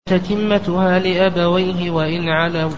تتمتها لأبويه وإن علوا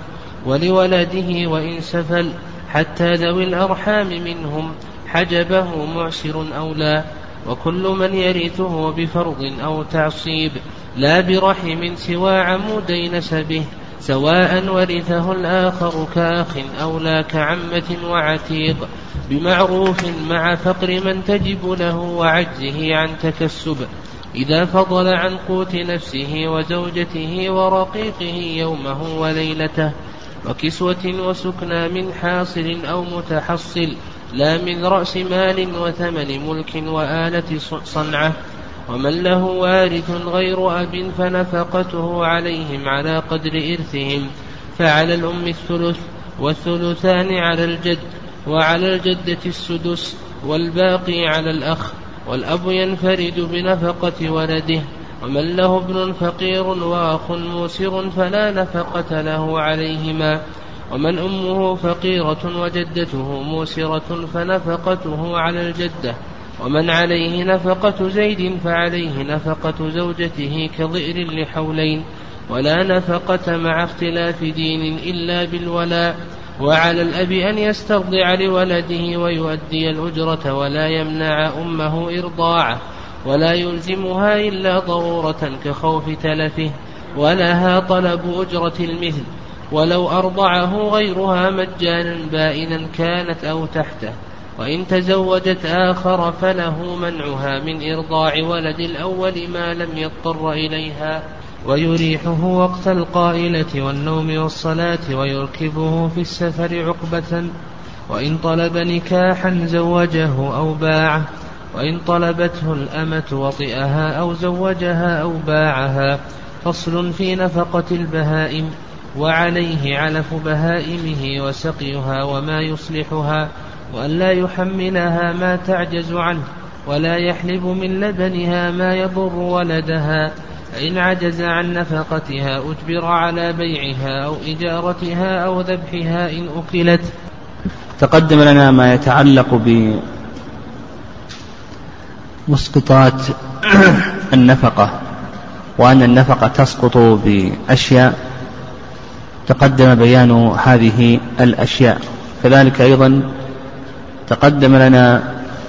ولولده وإن سفل، حتى ذوي الأرحام منهم حجبه معسر أو لا، وكل من يرثه بفرض أو تعصيب لا برحم سوى عمودي نسبه، سواء ورثه الآخر كأخ أو لا، كعمة وعتيق بمعروف مع فقر من تجب له وعجزه عن تكسب، إذا فضل عن قوت نفسه وزوجته ورقيقه يومه وليلته، وكسوة وسكنى من حاصل أو متحصل، لا من رأس مال وثمن ملك وآلة صنعة. ومن له وارث غير أب فنفقته عليهم على قدر إرثهم، فعلى الأم الثلث والثلثان على الجد، وعلى الجدة السدس، والباقي على الأخ، والأب ينفرد بنفقة ولده. ومن له ابن فقير وأخ موسر فلا نفقة له عليهما. ومن أمه فقيرة وجدته موسرة فنفقته على الجدة. ومن عليه نفقة زيد فعليه نفقة زوجته كضئر لحولين، ولا نفقة مع اختلاف دين إلا بالولاء. وعلى الأب أن يسترضع لولده ويؤدي الأجرة، ولا يمنع أمه إرضاعه، ولا يلزمها إلا ضرورة كخوف تلفه، ولها طلب أجرة المثل، ولو أرضعه غيرها مجانا بائنا كانت أو تحته. وإن تزوجت آخر فله منعها من إرضاع ولد الأول ما لم يضطر إليها، ويريحه وقت القائلة والنوم والصلاة، ويركبه في السفر عقبة. وإن طلب نكاحا زوجه أو باعه، وإن طلبته الأمة وطئها أو زوجها أو باعها. فصل في نفقة البهائم، وعليه علف بهائمه وسقيها وما يصلحها، وأن لا يحملها ما تعجز عنه، ولا يحلب من لبنها ما يضر ولدها. فإن عجز عن نفقتها أجبر على بيعها أو إجارتها أو ذبحها إن أكلت. تقدم لنا ما يتعلق بمسقطات النفقة، وأن النفقة تسقط بأشياء تقدم بيان هذه الأشياء. كذلك أيضا تقدم لنا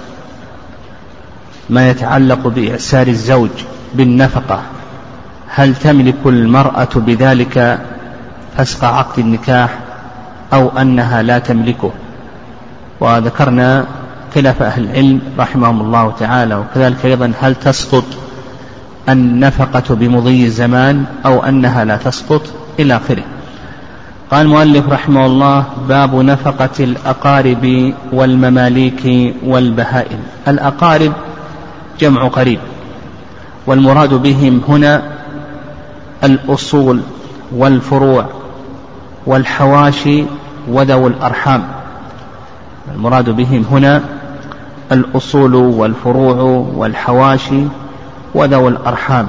ما يتعلق بإعسار الزوج بالنفقة، هل تملك المرأة بذلك فسخ عقد النكاح أو أنها لا تملكه؟ وذكرنا خلاف أهل العلم رحمهم الله تعالى. وكذلك أيضا هل تسقط النفقة بمضي الزمان أو أنها لا تسقط إلى آخره. قال المؤلف رحمه الله: باب نفقة الأقارب والمماليك والبهائم. الأقارب جمع قريب، والمراد بهم هنا الأصول والفروع والحواشي وذوي الأرحام. المراد بهم هنا الأصول والفروع والحواشي وذوي الأرحام.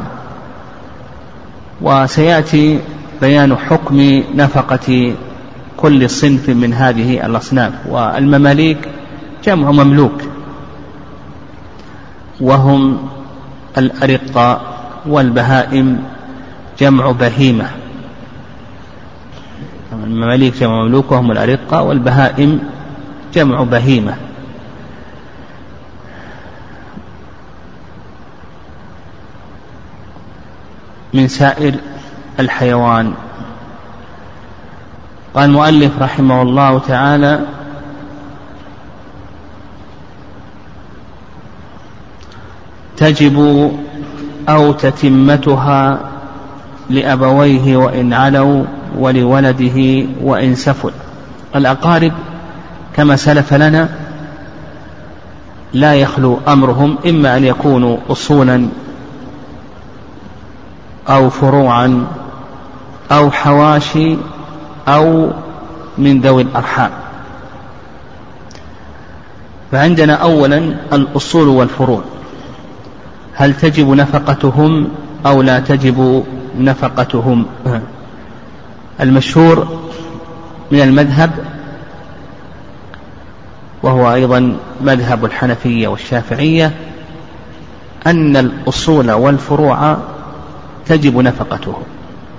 وسيأتي بيان حكم نفقة كل صنف من هذه الأصناف. والمماليك جمع مملوك، وهم الأرقة، والبهائم جمع بهيمة. المماليك جمع مملوك وهم الأرقة، والبهائم جمع بهيمة. من سائر الحيوان. قال المؤلف رحمه الله تعالى: تجب أو تتمتها لأبويه وإن علوا ولولده وإن سفل. الأقارب كما سلف لنا لا يخلو أمرهم إما أن يكونوا أصولا أو فروعا أو حواشي أو من ذوي الأرحام. فعندنا أولا الأصول والفروع، هل تجب نفقتهم أو لا تجب نفقتهم؟ المشهور من المذهب، وهو أيضا مذهب الحنفية والشافعية، أن الأصول والفروع تجب نفقتهم.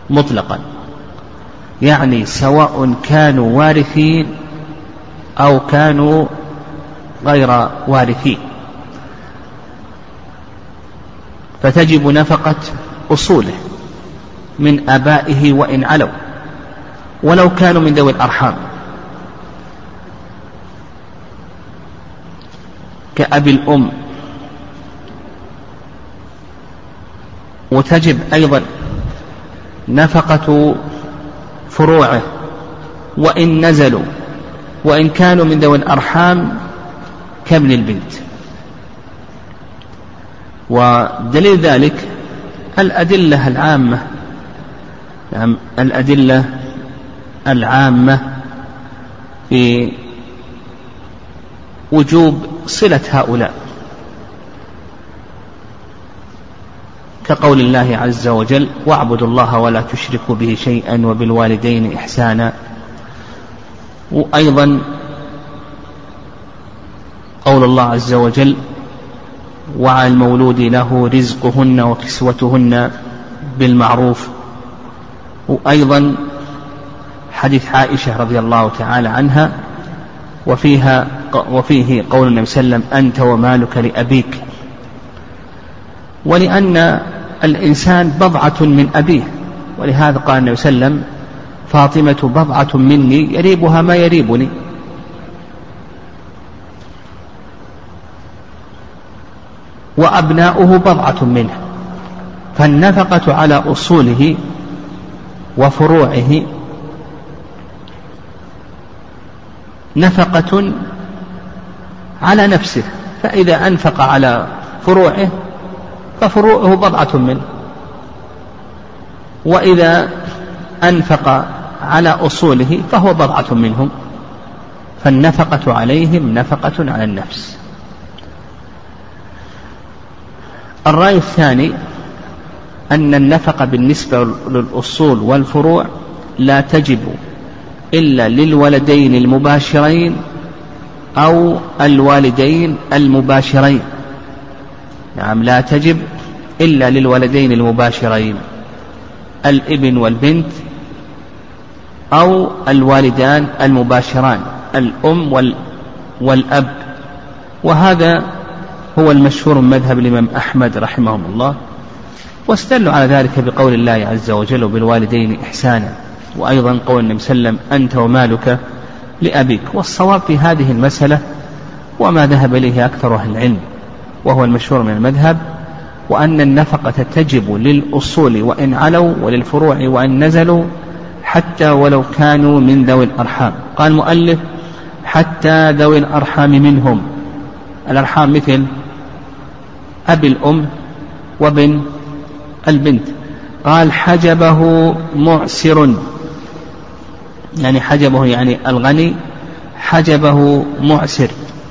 مطلقا، يعني سواء كانوا وارثين أو كانوا غير وارثين، فتجب نفقة أصوله من آبائه وإن علوا، ولو كانوا من ذوي الأرحام كأبي الأم. وتجب أيضا نفقة فروعه وإن نزلوا، وإن كانوا من ذوي الأرحام كابن البنت. ودليل ذلك الأدلة العامة، الأدلة العامة في وجوب صلة هؤلاء، كقول الله عز وجل: واعبدوا الله ولا تشركوا به شيئا وبالوالدين إحسانا. وأيضا قول الله عز وجل: وعلى المولود له رزقهن وكسوتهن بالمعروف. وأيضا حديث عائشة رضي الله تعالى عنها وفيه قول النبي صلى الله عليه وسلم: أنت ومالك لأبيك. ولأن الإنسان بضعة من أبيه، ولهذا قال النبي صلى الله عليه وسلم: فاطمة بضعة مني يريبها ما يريبني. وأبناؤه بضعة منه، فالنفقة على أصوله وفروعه نفقة على نفسه، فإذا أنفق على فروعه ففروعه بضعة منه، وإذا أنفق على أصوله فهو بضعة منهم، فالنفقة عليهم نفقة على النفس. الرأي الثاني أن النفقة بالنسبة للأصول والفروع لا تجب إلا للولدين المباشرين أو الوالدين المباشرين. نعم، لا تجب إلا للولدين المباشرين، الابن والبنت أو الوالدان المباشران، الأم والأب. وهذا هو المشهور من مذهب الإمام أحمد رحمه الله، واستدلوا على ذلك بقول الله عز وجل: وبالوالدين إحسانا. وأيضا قول النبي صلى الله عليه وسلم: أنت ومالك لأبيك. والصواب في هذه المسألة وما ذهب إليه أكثر أهل العلم وهو المشهور من المذهب، وأن النفقة تجب للأصول وإن علوا، وللفروع وإن نزلوا، حتى ولو كانوا من ذوي الأرحام. قال المؤلف: حتى ذوي الأرحام منهم. الأرحام مثل أبي الأم وابن البنت. قال: حجبه معسر، يعني حجبه يعني الغني، حجبه معسر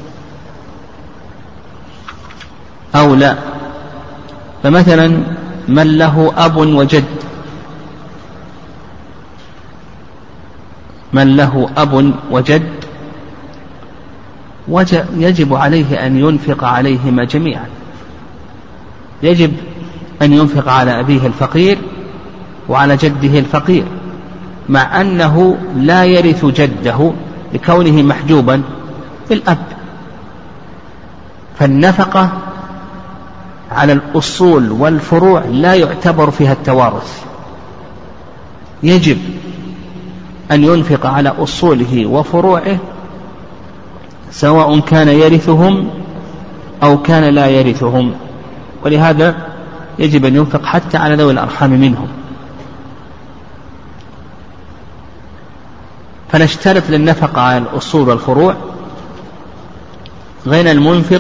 أو لا. فمثلا من له أب وجد، من له أب وجد يجب عليه أن ينفق عليهما جميعا، يجب أن ينفق على أبيه الفقير وعلى جده الفقير، مع أنه لا يرث جده لكونه محجوبا بالأب. فالنفقة على الأصول والفروع لا يعتبر فيها التوارث، يجب أن ينفق على أصوله وفروعه سواء كان يرثهم أو كان لا يرثهم. ولهذا يجب أن ينفق حتى على ذوي الأرحام منهم. فنشترط للنفقة على الأصول والفروع غير المنفق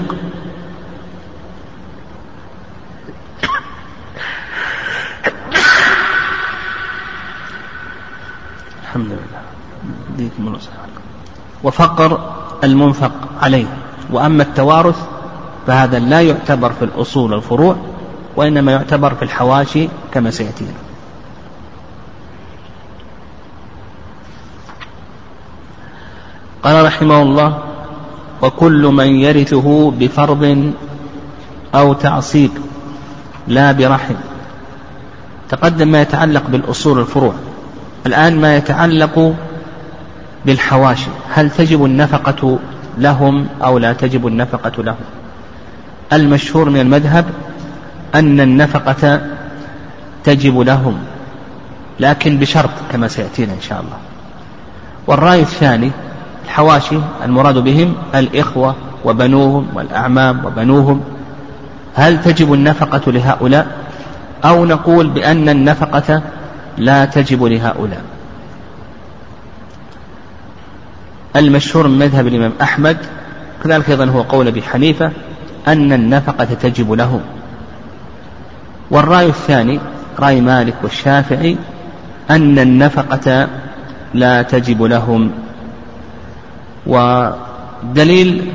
الحمد لله وفقر المنفق عليه. وأما التوارث فهذا لا يعتبر في الأصول والفروع، وإنما يعتبر في الحواشي كما سيأتينا. قال رحمه الله: وكل من يرثه بفرض أو تعصيب لا برحم تقدم ما يتعلق بالأصول الفروع. الآن ما يتعلق بالحواشي، هل تجب النفقة لهم أو لا تجب النفقة لهم؟ المشهور من المذهب أن النفقة تجب لهم، لكن بشرط كما سيأتينا إن شاء الله. والرأي الثاني الحواشي المراد بهم الإخوة وبنوهم والأعمام وبنوهم، هل تجب النفقة لهؤلاء أو نقول بأن النفقة لا تجب لهؤلاء؟ المشهور من مذهب الإمام أحمد كذلك أيضا هو قول أبي حنيفة أن النفقة تجب لهم. والرأي الثاني رأي مالك والشافعي أن النفقة لا تجب لهم. ودليل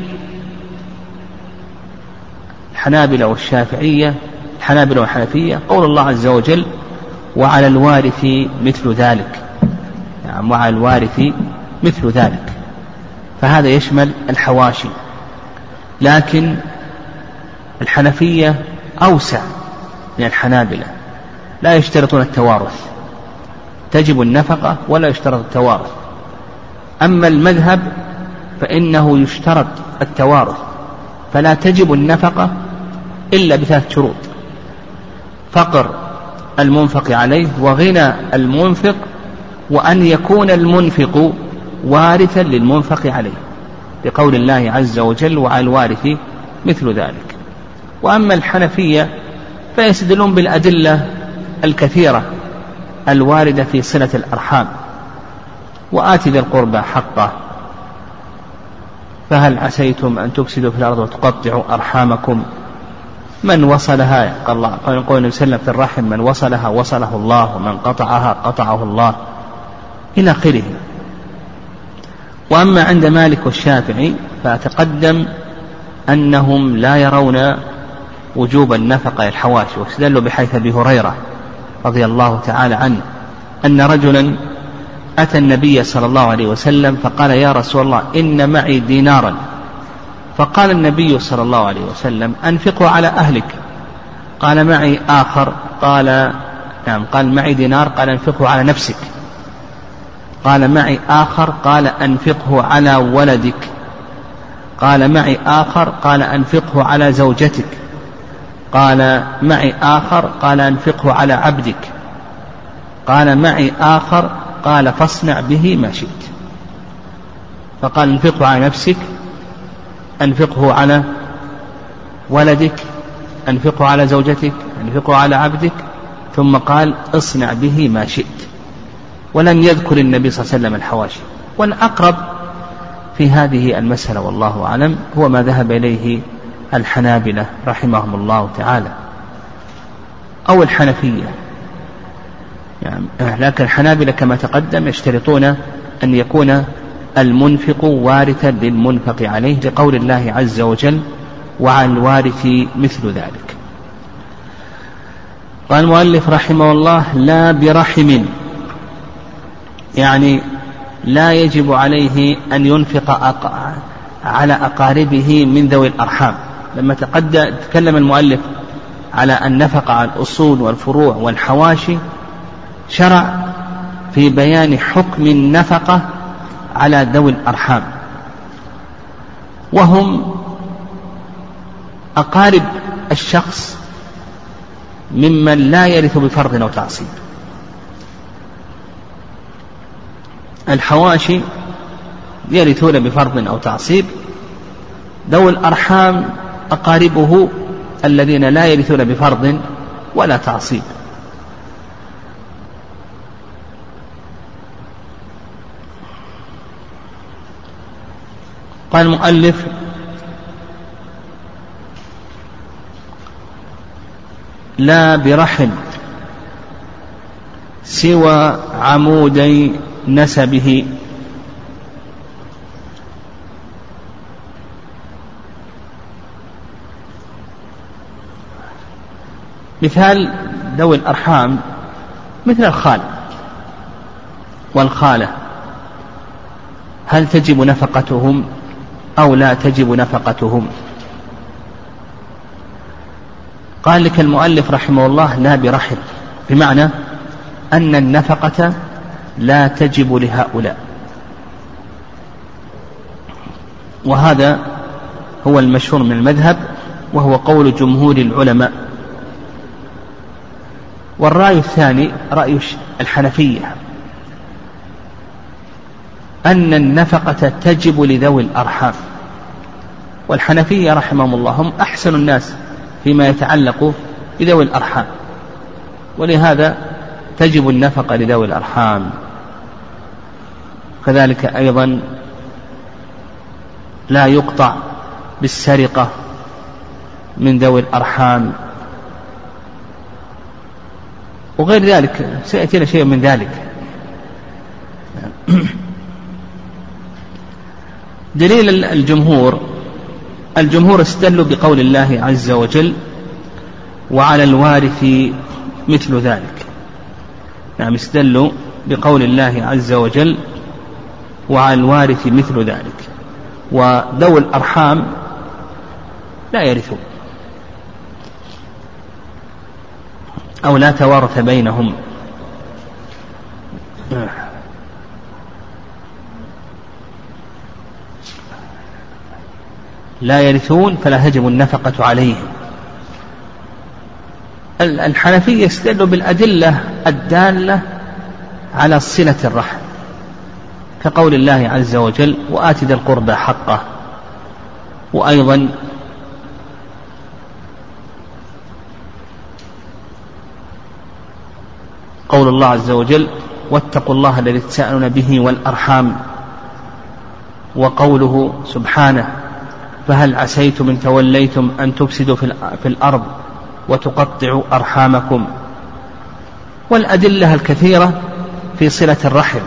الحنابلة والشافعية الحنابلة والحنفية قول الله عز وجل وعلى الوارث مثل ذلك، يعني وعلى الوارث مثل ذلك، فهذا يشمل الحواشي. لكن الحنفية أوسع من الحنابلة، لا يشترطون التوارث، تجب النفقة ولا يشترط التوارث. أما المذهب فإنه يشترط التوارث، فلا تجب النفقة إلا بثلاث شروط: فقر المنفق عليه، وغنى المنفق، وأن يكون المنفق وارثا للمنفق عليه، بقول الله عز وجل وعلى الوارث مثل ذلك. وأما الحنفية فيستدلون بالأدلة الكثيرة الواردة في صلة الأرحام، وآت ذي القربى حقه، فهل عسيتم أن تفسدوا في الأرض وتقطعوا أرحامكم، من وصلها قال الله قال النبي صلى الله عليه وسلم في الرحم من وصلها وصله الله ومن قطعها قطعه الله إلى آخره. وأما عند مالك والشافعي فتقدم أنهم لا يرون وجوب النفقة الحواشي، واستدلوا بحيث أبي هريرة رضي الله تعالى عنه أن رجلا أتى النبي صلى الله عليه وسلم فقال يا رسول الله إن معي دينارا، فقال النبي صلى الله عليه وسلم أنفقه على أهلك. قال معي آخر، قال نعم، قال معي دينار، قال أنفقه على نفسك. قال معي آخر، قال أنفقه على ولدك. قال معي آخر، قال أنفقه على زوجتك. قال معي آخر، قال أنفقه على عبدك. قال معي آخر، قال فاصنع به ما شئت. فقال انفقه على نفسك، أنفقه على ولدك، أنفقه على زوجتك، أنفقه على عبدك، ثم قال اصنع به ما شئت. ولم يذكر النبي صلى الله عليه وسلم الحواشي. والأقرب في هذه المسألة والله أعلم هو ما ذهب إليه الحنابلة رحمهم الله تعالى أو الحنفية، يعني لكن الحنابلة كما تقدم يشترطون أن يكون المنفق وارثا للمنفق عليه، لقول الله عز وجل وعلى الوارث مثل ذلك. قال المؤلف رحمه الله لا برحم، يعني لا يجب عليه أن ينفق على أقاربه من ذوي الأرحام. لما تكلم المؤلف على النفقة على الأصول والفروع والحواشي، شرع في بيان حكم النفقة على ذوي الأرحام، وهم أقارب الشخص ممن لا يرث بفرض أو تعصيب. الحواشي يرثون بفرض أو تعصيب، ذوي الأرحام أقاربه الذين لا يرثون بفرض ولا تعصيب. قال المؤلف لا برحم سوى عمودي نسبه، مثال ذوي الأرحام مثل الخال والخالة، هل تجب نفقتهم أو لا تجب نفقتهم؟ قال لك المؤلف رحمه الله لا برحم، بمعنى أن النفقة لا تجب لهؤلاء، وهذا هو المشهور من المذهب، وهو قول جمهور العلماء. والرأي الثاني رأي الحنفية، أن النفقة تجب لذوي الأرحام. والحنفية رحمهم الله هم أحسن الناس فيما يتعلق بذوي الأرحام، ولهذا تجب النفقة لذوي الأرحام. كذلك أيضا لا يقطع بالسرقة من ذوي الأرحام، وغير ذلك سيأتينا شيء من ذلك. دليل الجمهور استدلوا بقول الله عز وجل: وعلى الوارث مثل ذلك. نعم، استدلوا بقول الله عز وجل: وعلى الوارث مثل ذلك. وذوي الأرحام لا يرثون أو لا توارث بينهم. لا يرثون فلا تجب النفقة عليهم. الحنفية استدلوا بالأدلة الدالة على صلة الرحم، كقول الله عز وجل: وآت ذا القربى حقه. وأيضا قول الله عز وجل: واتقوا الله الذي تساءلون به والأرحام. وقوله سبحانه: فهل عسيتم إن توليتم أن تفسدوا في الأرض وتقطعوا أرحامكم. والأدلة الكثيرة في صلة الرحم،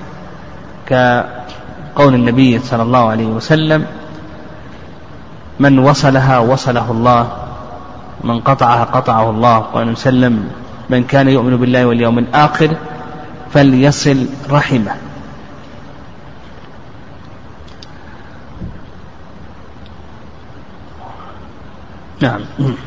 كقول النبي صلى الله عليه وسلم: من وصلها وصله الله، من قطعها قطعه الله. قال وسلم: من كان يؤمن بالله واليوم الآخر فليصل رحمه. نعم.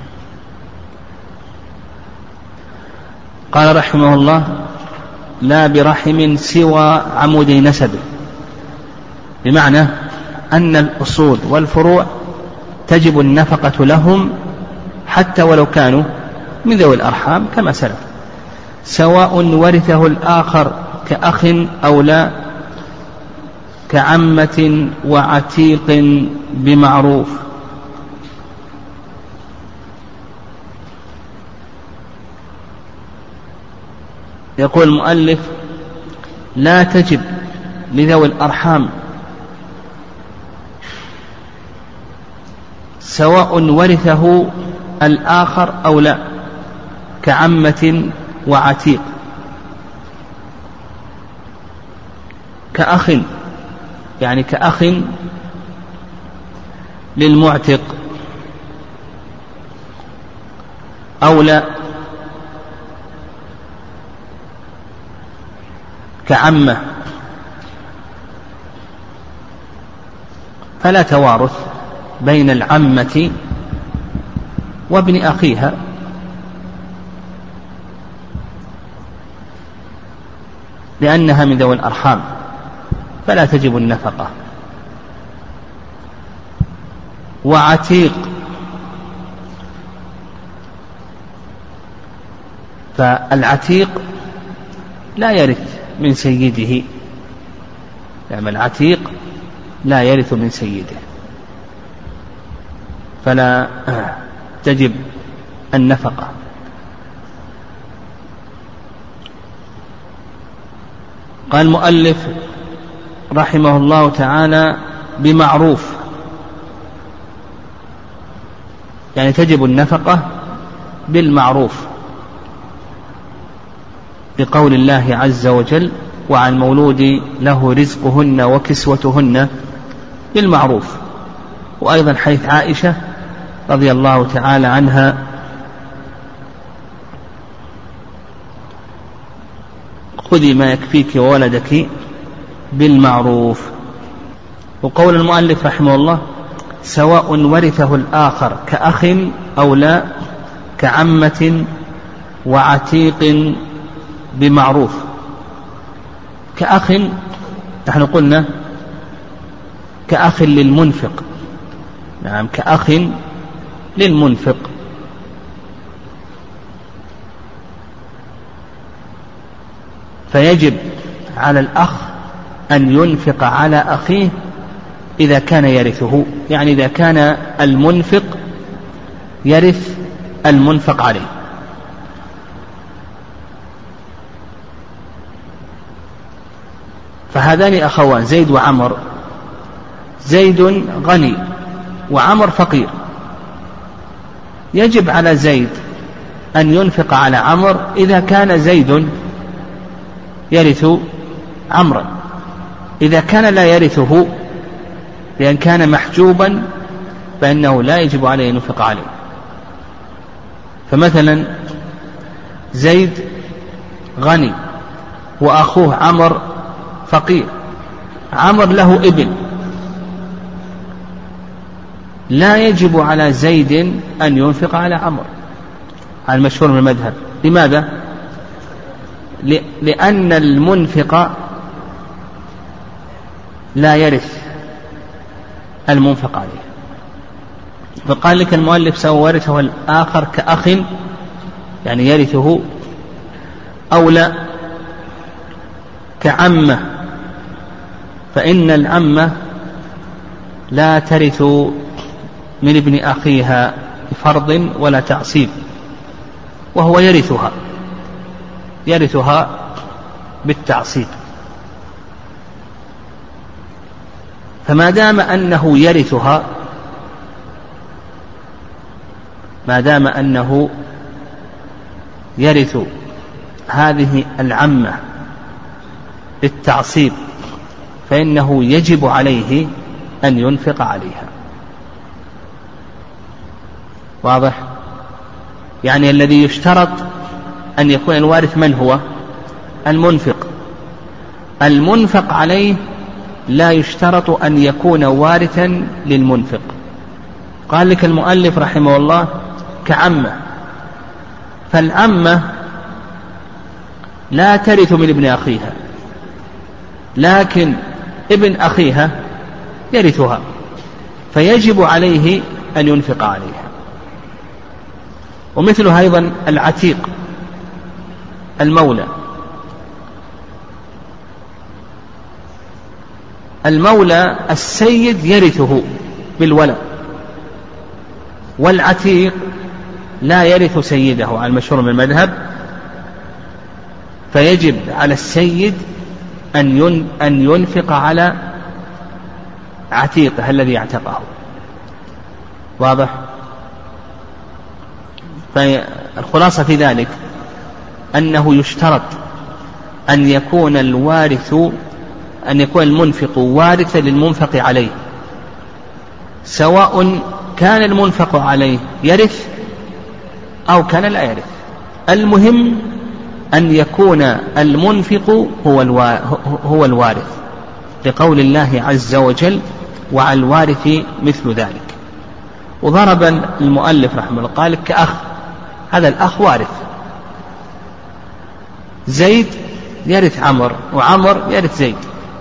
قال رحمه الله: لا برحم سوى عمود نسبه، بمعنى أن الأصول والفروع تجب النفقة لهم حتى ولو كانوا من ذوي الأرحام كما سلف، سواء ورثه الآخر كأخ أو لا، كعمة وعتيق بمعروف. يقول المؤلف: لا تجب لذوي الأرحام سواء ورثه الآخر أو لا، كعمة وعتيق، كأخ، يعني كأخ للمعتق، أو لا، كعمة، فلا توارث بين العمة وابن أخيها، لأنها من ذوي الأرحام فلا تجب النفقة. وعتيق، فالعتيق لا يرث من سيده، يعني العتيق لا يرث من سيده، فلا تجب النفقة. قال المؤلف رحمه الله تعالى: بمعروف، يعني تجب النفقة بالمعروف، بقول الله عز وجل: وعلى المولود له رزقهن وكسوتهن بالمعروف. وأيضا حديث عائشة رضي الله تعالى عنها: خذي ما يكفيك وولدك بالمعروف. وقول المؤلف رحمه الله: سواء ورثه الآخر كأخ أو لا، كعمة وعتيق بمعروف. كأخ، نحن قلنا كأخ للمنفق، نعم كأخ للمنفق. فيجب على الأخ أن ينفق على أخيه إذا كان يرثه، يعني إذا كان المنفق يرث المنفق عليه. فهذان أخوان زيد وعمر، زيد غني وعمر فقير، يجب على زيد أن ينفق على عمر إذا كان زيد يرث عمرا. إذا كان لا يرثه لأن كان محجوبا فإنه لا يجب عليه أن ينفق عليه. فمثلا زيد غني وأخوه عمر فقير، عمر له ابن، لا يجب على زيد أن ينفق على عمر على المشهور من المذهب. لماذا؟ لأن المنفق لا يرث المنفق عليه. فقال لك المؤلف سواء ورثه الآخر كأخ يعني يرثه أو لا، كعمة، فإن العمة لا ترث من ابن أخيها بفرض ولا تعصيب، وهو يرثها بالتعصيب. فما دام أنه يرثها، ما دام أنه يرث هذه العمة بالتعصيب فإنه يجب عليه أن ينفق عليها. واضح؟ يعني الذي يشترط أن يكون الوارث من هو؟ المنفق. المنفق عليه لا يشترط أن يكون وارثا للمنفق. قال لك المؤلف رحمه الله كعمة، فالعمة لا ترث من ابن أخيها، لكن ابن أخيها يرثها، فيجب عليه أن ينفق عليها. ومثله أيضا العتيق المولى. المولى السيد يرثه بالولد، والعتيق لا يرث سيده على المشهور من المذهب، فيجب على السيد أن ينفق على عتيقه الذي اعتقه. واضح؟ فالخلاصة في ذلك أنه يشترط أن يكون المنفق وارثا للمنفق عليه، سواء كان المنفق عليه يرث أو كان لا يرث. المهم أن يكون المنفق هو الوارث، لقول الله عز وجل وعلى الوارث مثل ذلك. وضرب المؤلف رحمه الله قال كأخ، هذا الأخ وارث، زيد يرث عمر وعمر يرث زيد.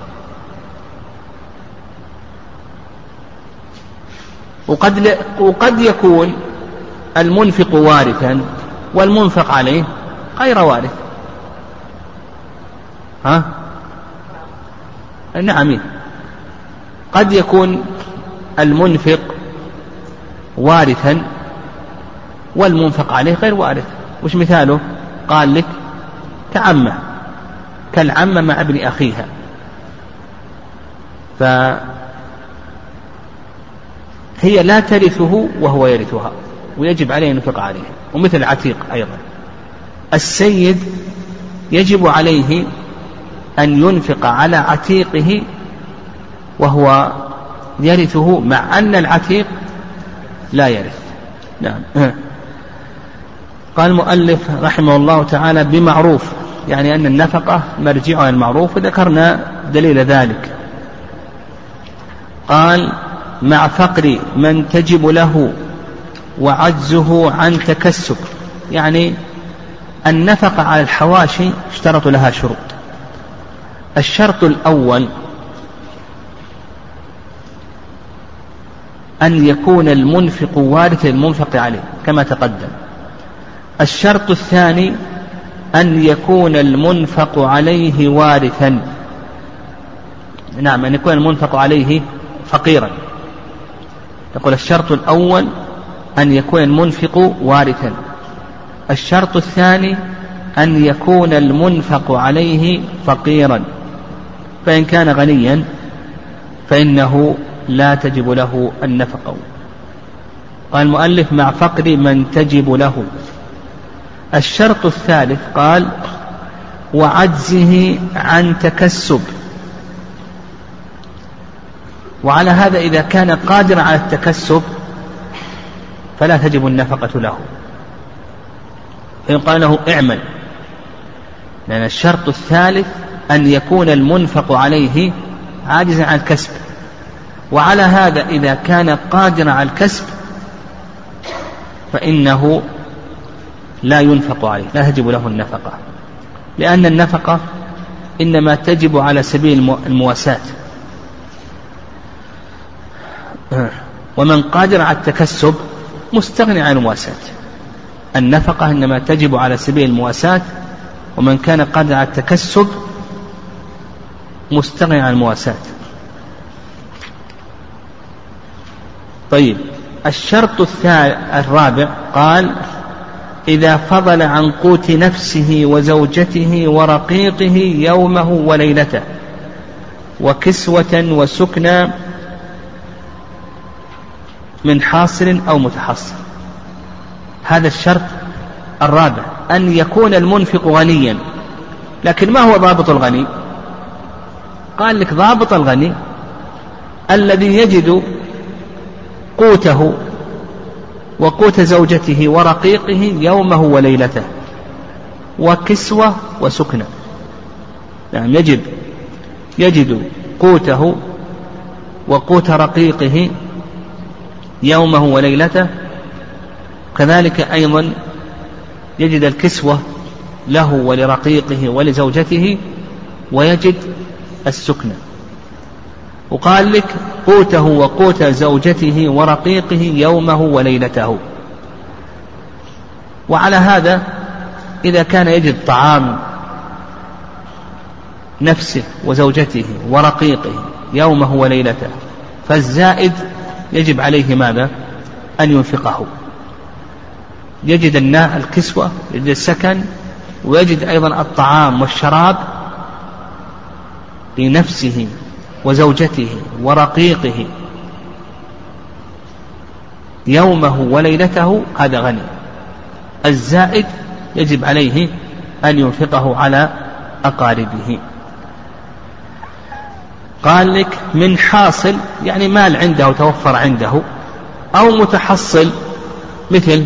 وقد يكون المنفق وارثا والمنفق عليه غير وارث. نعم، قد يكون المنفق وارثا والمنفق عليه غير وارث. وش مثاله؟ قال لك كعمة، كالعمة مع ابن أخيها، فهي لا ترثه وهو يرثها ويجب عليه أن ينفق عليها. ومثل العتيق أيضا، السيد يجب عليه أن ينفق على عتيقه وهو يرثه، مع أن العتيق لا يرث. نعم. قال المؤلف رحمه الله تعالى بمعروف، يعني أن النفقة مرجعها المعروف، وذكرنا دليل ذلك. قال مع فقر من تجب له وعجزه عن تكسب، يعني النفقة على الحواشي اشترط لها شروط. الشرط الأول أن يكون المنفق وارث المنفق عليه كما تقدم. الشرط الثاني أن يكون المنفق عليه وارثا، نعم، أن يكون المنفق عليه فقيرا. نقول الشرط الأول أن يكون المنفق وارثا. الشرط الثاني أن يكون المنفق عليه فقيرا، فإن كان غنيا فإنه لا تجب له النفقة. قال المؤلف مع فقر من تجب له. الشرط الثالث قال وعجزه عن تكسب، وعلى هذا إذا كان قادرا على التكسب فلا تجب النفقة له، فيقال له اعمل، لأن الشرط الثالث أن يكون المنفق عليه عاجزا عن الكسب، وعلى هذا إذا كان قادرا على الكسب فإنه لا ينفق عليه، لا تجب له النفقة، لأن النفقة إنما تجب على سبيل المواساة، ومن قادر على التكسب مستغني عن المواساة. النفقة إنما تجب على سبيل المواساة، ومن كان قادر على التكسب مستغني عن المواساة. طيب، الشرط الرابع قال إذا فضل عن قوت نفسه وزوجته ورقيقه يومه وليلته وكسوة وسكنى من حاصل أو متحصل. هذا الشرط الرابع، أن يكون المنفق غنيا. لكن ما هو ضابط الغني؟ قال لك ضابط الغني الذي يجد قوته وقوت زوجته ورقيقه يومه وليلته وكسوة وسكنة. يعني يجد قوته وقوت رقيقه يومه وليلته، كذلك أيضا يجد الكسوة له ولرقيقه ولزوجته، ويجد السكنة. وقال لك قوته وقوت زوجته ورقيقه يومه وليلته. وعلى هذا إذا كان يجد طعام نفسه وزوجته ورقيقه يومه وليلته، فالزائد يجب عليه ماذا؟ أن ينفقه. يجد الكسوة، يجد السكن، ويجد أيضا الطعام والشراب لنفسه وزوجته ورقيقه يومه وليلته، هذا غني. الزائد يجب عليه أن ينفقه على أقاربه. قال لك من حاصل، يعني مال عنده توفر عنده، أو متحصل مثل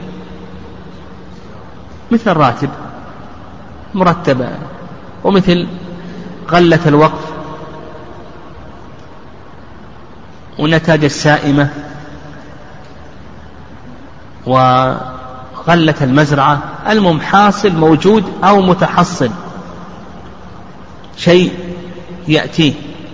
الراتب مرتبة، ومثل غلة الوقف ونتاج السائمة وغلة المزرعة. المهم حاصل موجود أو متحصل، شيء يأتيه.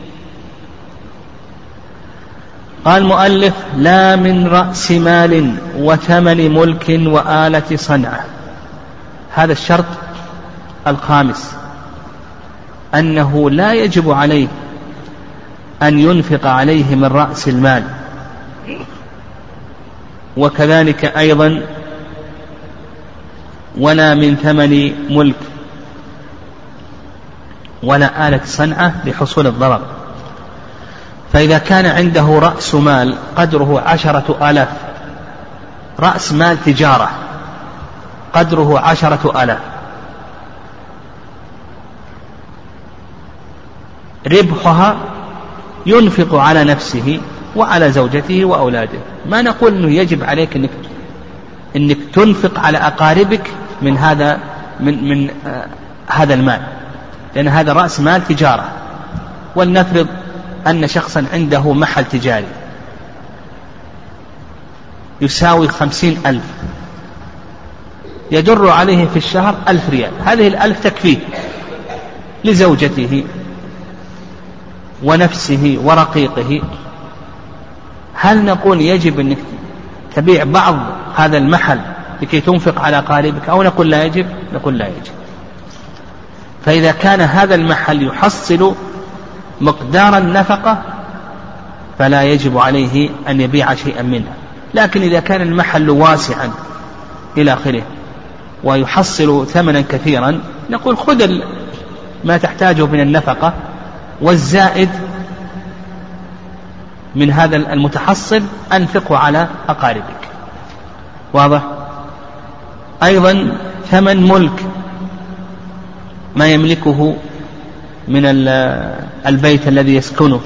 قال المؤلف لا من رأس مال وثمن ملك وآلة صنعة. هذا الشرط الخامس، أنه لا يجب عليه أن ينفق عليه من رأس المال، وكذلك أيضا ولا من ثمن ملك ولا آلة صنعة لحصول الضرر. فإذا كان عنده رأس مال قدره 10,000، رأس مال تجارة قدره 10,000، ربحها ينفق على نفسه وعلى زوجته وأولاده. ما نقول أنه يجب عليك أنك تنفق على أقاربك من هذا المال، لأن هذا رأس مال تجارة. ولنفرض أن شخصا عنده محل تجاري يساوي 50,000، يدر عليه في الشهر 1000 ريال، هذه 1000 تكفيه لزوجته ونفسه ورقيقه. هل نقول يجب أنك تبيع بعض هذا المحل لكي تنفق على أقاربك، أو نقول لا يجب؟ نقول لا يجب. فإذا كان هذا المحل يحصل مقدار النفقة فلا يجب عليه أن يبيع شيئا منها. لكن إذا كان المحل واسعا إلى آخره ويحصل ثمنا كثيرا، نقول خذ ما تحتاجه من النفقة، والزائد من هذا المتحصل أنفقه على أقاربك. واضح؟ أيضا ثمن ملك ما يملكه من البيت الذي يسكنه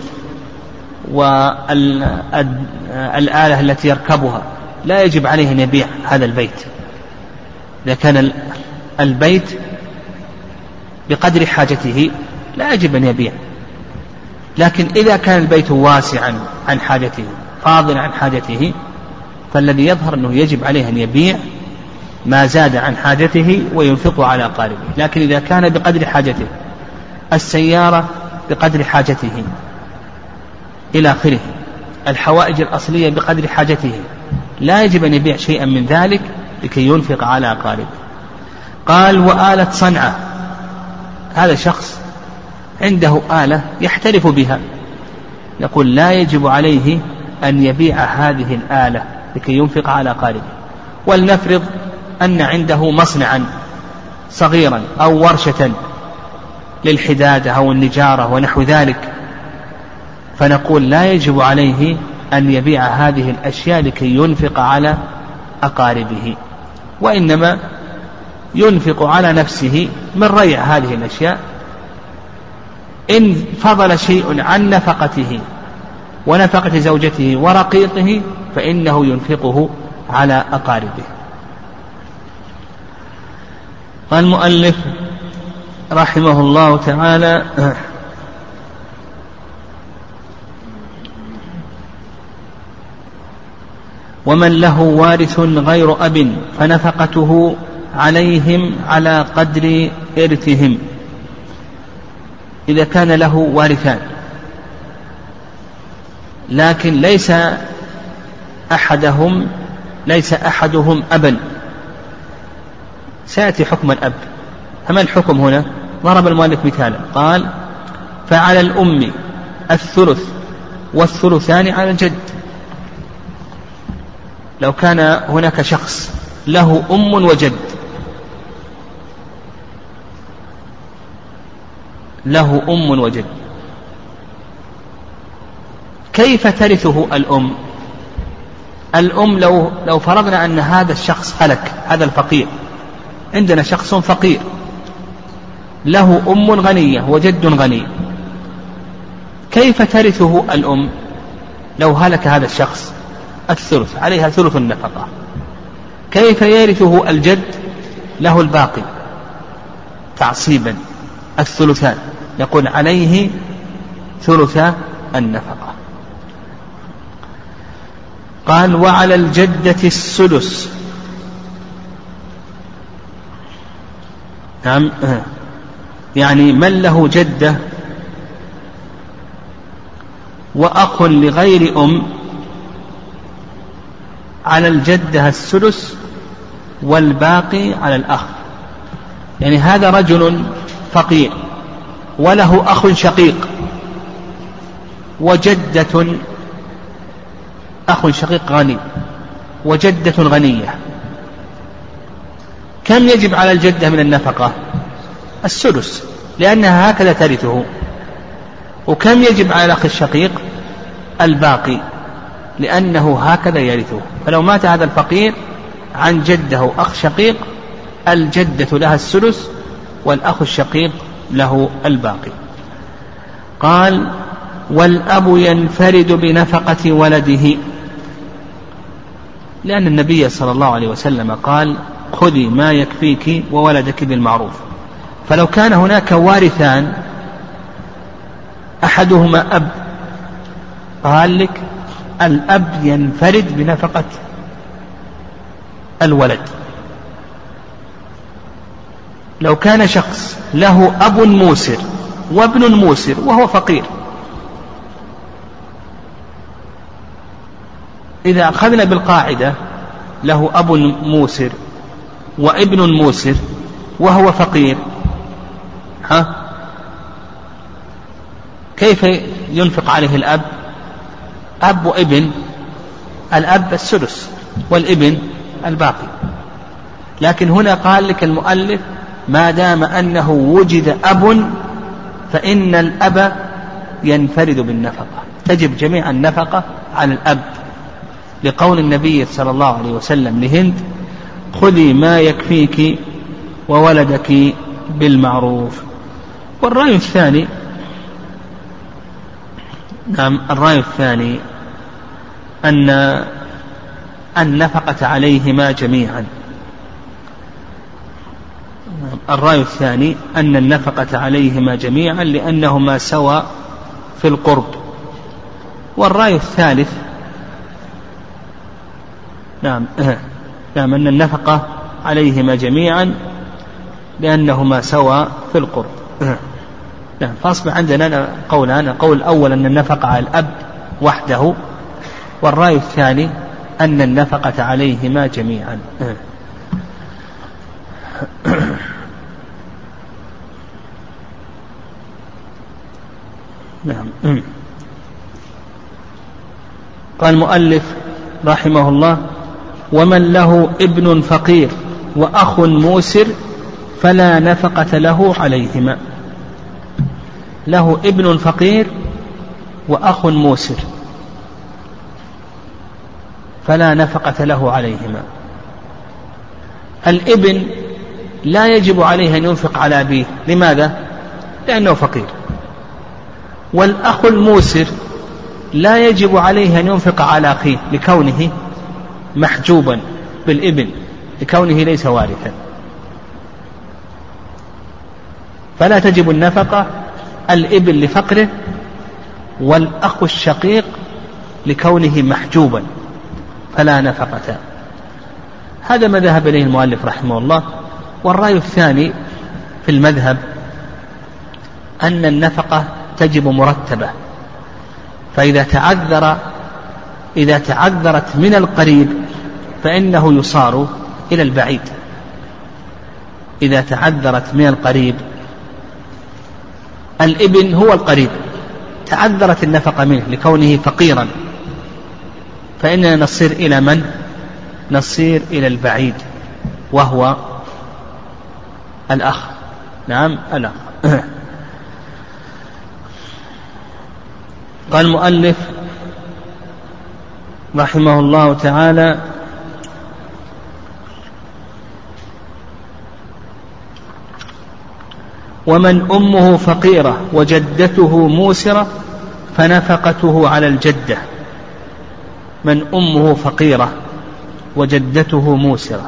والآلة التي يركبها، لا يجب عليه أن يبيع هذا البيت إذا كان البيت بقدر حاجته، لا يجب أن يبيع. لكن إذا كان البيت واسعا عن حاجته فاضلا عن حاجته، فالذي يظهر أنه يجب عليه أن يبيع ما زاد عن حاجته وينفقه على أقاربه. لكن إذا كان بقدر حاجته، السيارة بقدر حاجته إلى آخره، الحوائج الأصلية بقدر حاجته، لا يجب أن يبيع شيئا من ذلك لكي ينفق على أقاربه. قال وآلة صنعة، هذا شخص عنده آلة يحترف بها، نقول لا يجب عليه أن يبيع هذه الآلة لكي ينفق على أقاربه. ولنفرض أن عنده مصنعا صغيرا أو ورشة للحدادة أو النجارة ونحو ذلك، فنقول لا يجب عليه أن يبيع هذه الأشياء لكي ينفق على أقاربه، وإنما ينفق على نفسه من ريع هذه الأشياء. إن فضل شيء عن نفقته ونفقة زوجته ورقيقه فإنه ينفقه على أقاربه. قال المؤلف رحمه الله تعالى ومن له وارث غير أب فنفقته عليهم على قدر إرثهم. إذا كان له وارثان لكن ليس أحدهم أبا، سيأتي حكم الأب. فما الحكم هنا؟ ضرب المؤلف مثالا قال فعلى الأم الثلث والثلثان على الجد. لو كان هناك شخص له أم وجد، له أم وجد، كيف ترثه الأم؟ الأم لو فرضنا أن هذا الشخص هلك، هذا الفقير، عندنا شخص فقير له أم غنية وجد غني، كيف ترثه الأم لو هلك هذا الشخص؟ الثلث، عليها ثلث النفقة. كيف يرثه الجد له الباقي تعصيبا الثلثان؟ يقول عليه ثلث النفقة. قال وعلى الجدة السدس. نعم، يعني من له جدة وأخ لغير أم على الجدة السدس والباقي على الأخ. يعني هذا رجل فقير وله أخ شقيق وجدة، أخ شقيق غني وجدة غنية، كم يجب على الجدة من النفقة؟ السدس، لأنها هكذا ترثه. وكم يجب على الأخ الشقيق؟ الباقي، لأنه هكذا يرثه. فلو مات هذا الفقير عن جده أخ شقيق، الجدة لها السدس والأخ الشقيق له الباقي. قال والأب ينفرد بنفقة ولده، لأن النبي صلى الله عليه وسلم قال خذي ما يكفيك وولدك بالمعروف. فلو كان هناك وارثان أحدهما أب، قال لك الأب ينفرد بنفقة الولد، لو كان شخص له أب موسر وابن موسر وهو فقير، إذا أخذنا بالقاعدة له أب موسر وابن موسر وهو فقير، كيف ينفق عليه الأب؟ أب وابن، الأب السدس والابن الباقي. لكن هنا قال لك المؤلف ما دام أنه وجد أب فإن الأب ينفرد بالنفقة، تجب جميع النفقة على الأب، لقول النبي صلى الله عليه وسلم لهند: خذي ما يكفيك وولدك بالمعروف. والرأي الثاني، نعم، الرأي الثاني أن النفقة عليهما جميعا. الرأي الثاني أن النفقة عليهما جميعا لأنهما سوا في القرب. والرأي الثالث نعم أن النفقة عليهما جميعا لأنهما سوا في القرب. نعم، فأصبح عندنا قولان: قول الأول أن النفقة على الأب وحده، والرأي الثاني أن النفقة عليهما جميعا. نعم. قال المؤلف رحمه الله: ومن له ابن فقير وأخ موسر فلا نفقة له عليهما. له ابن فقير وأخ موسر فلا نفقة له عليهما. الابن لا يجب عليه أن ينفق على أبيه، لماذا؟ لأنه فقير. والأخ الموسر لا يجب عليه أن ينفق على أخيه لكونه محجوبا بالابن، لكونه ليس وارثا، فلا تجب النفقة. الابن لفقره، والأخ الشقيق لكونه محجوبا فلا نفقة. هذا ما ذهب إليه المؤلف رحمه الله. والرأي الثاني في المذهب أن النفقة تجب مرتبة، فإذا تعذرت من القريب فإنه يصار إلى البعيد. إذا تعذرت من القريب، الابن هو القريب، تعذرت النفقة منه لكونه فقيرا، فإننا نصير إلى من؟ نصير إلى البعيد وهو الأخ. نعم، الأخ. قال المؤلف رحمه الله تعالى: ومن أمه فقيرة وجدته موسرة فنفقته على الجدة. من أمه فقيرة وجدته موسرة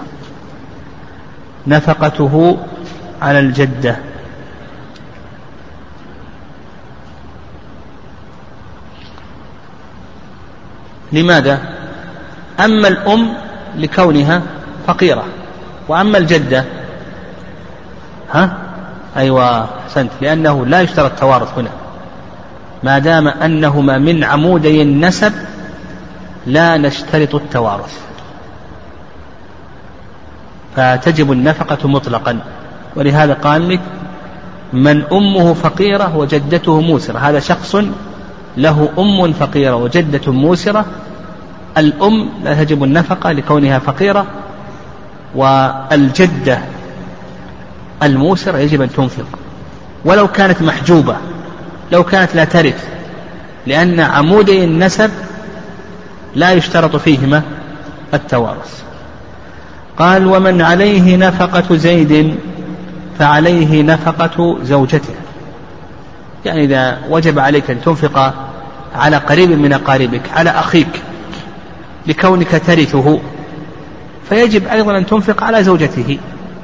نفقته على الجدة. لماذا؟ أما الأم لكونها فقيرة، وأما الجدة أيوة أحسنت، لأنه لا يشترط التوارث هنا، ما دام أنهما من عمودي النسب لا نشترط التوارث، فتجب النفقة مطلقا. ولهذا قال لك: من أمه فقيرة وجدته موسرة. هذا شخص له أم فقيرة وجدة موسرة. الأم لا تجب النفقة لكونها فقيرة، والجدة الموسرة يجب أن تنفق ولو كانت محجوبة، لو كانت لا ترث، لأن عمودي النسب لا يشترط فيهما التوارث. قال: ومن عليه نفقة زيد فعليه نفقة زوجته. يعني إذا وجب عليك أن تنفق على قريب من أقاربك، على أخيك لكونك ترثه، فيجب أيضا أن تنفق على زوجته.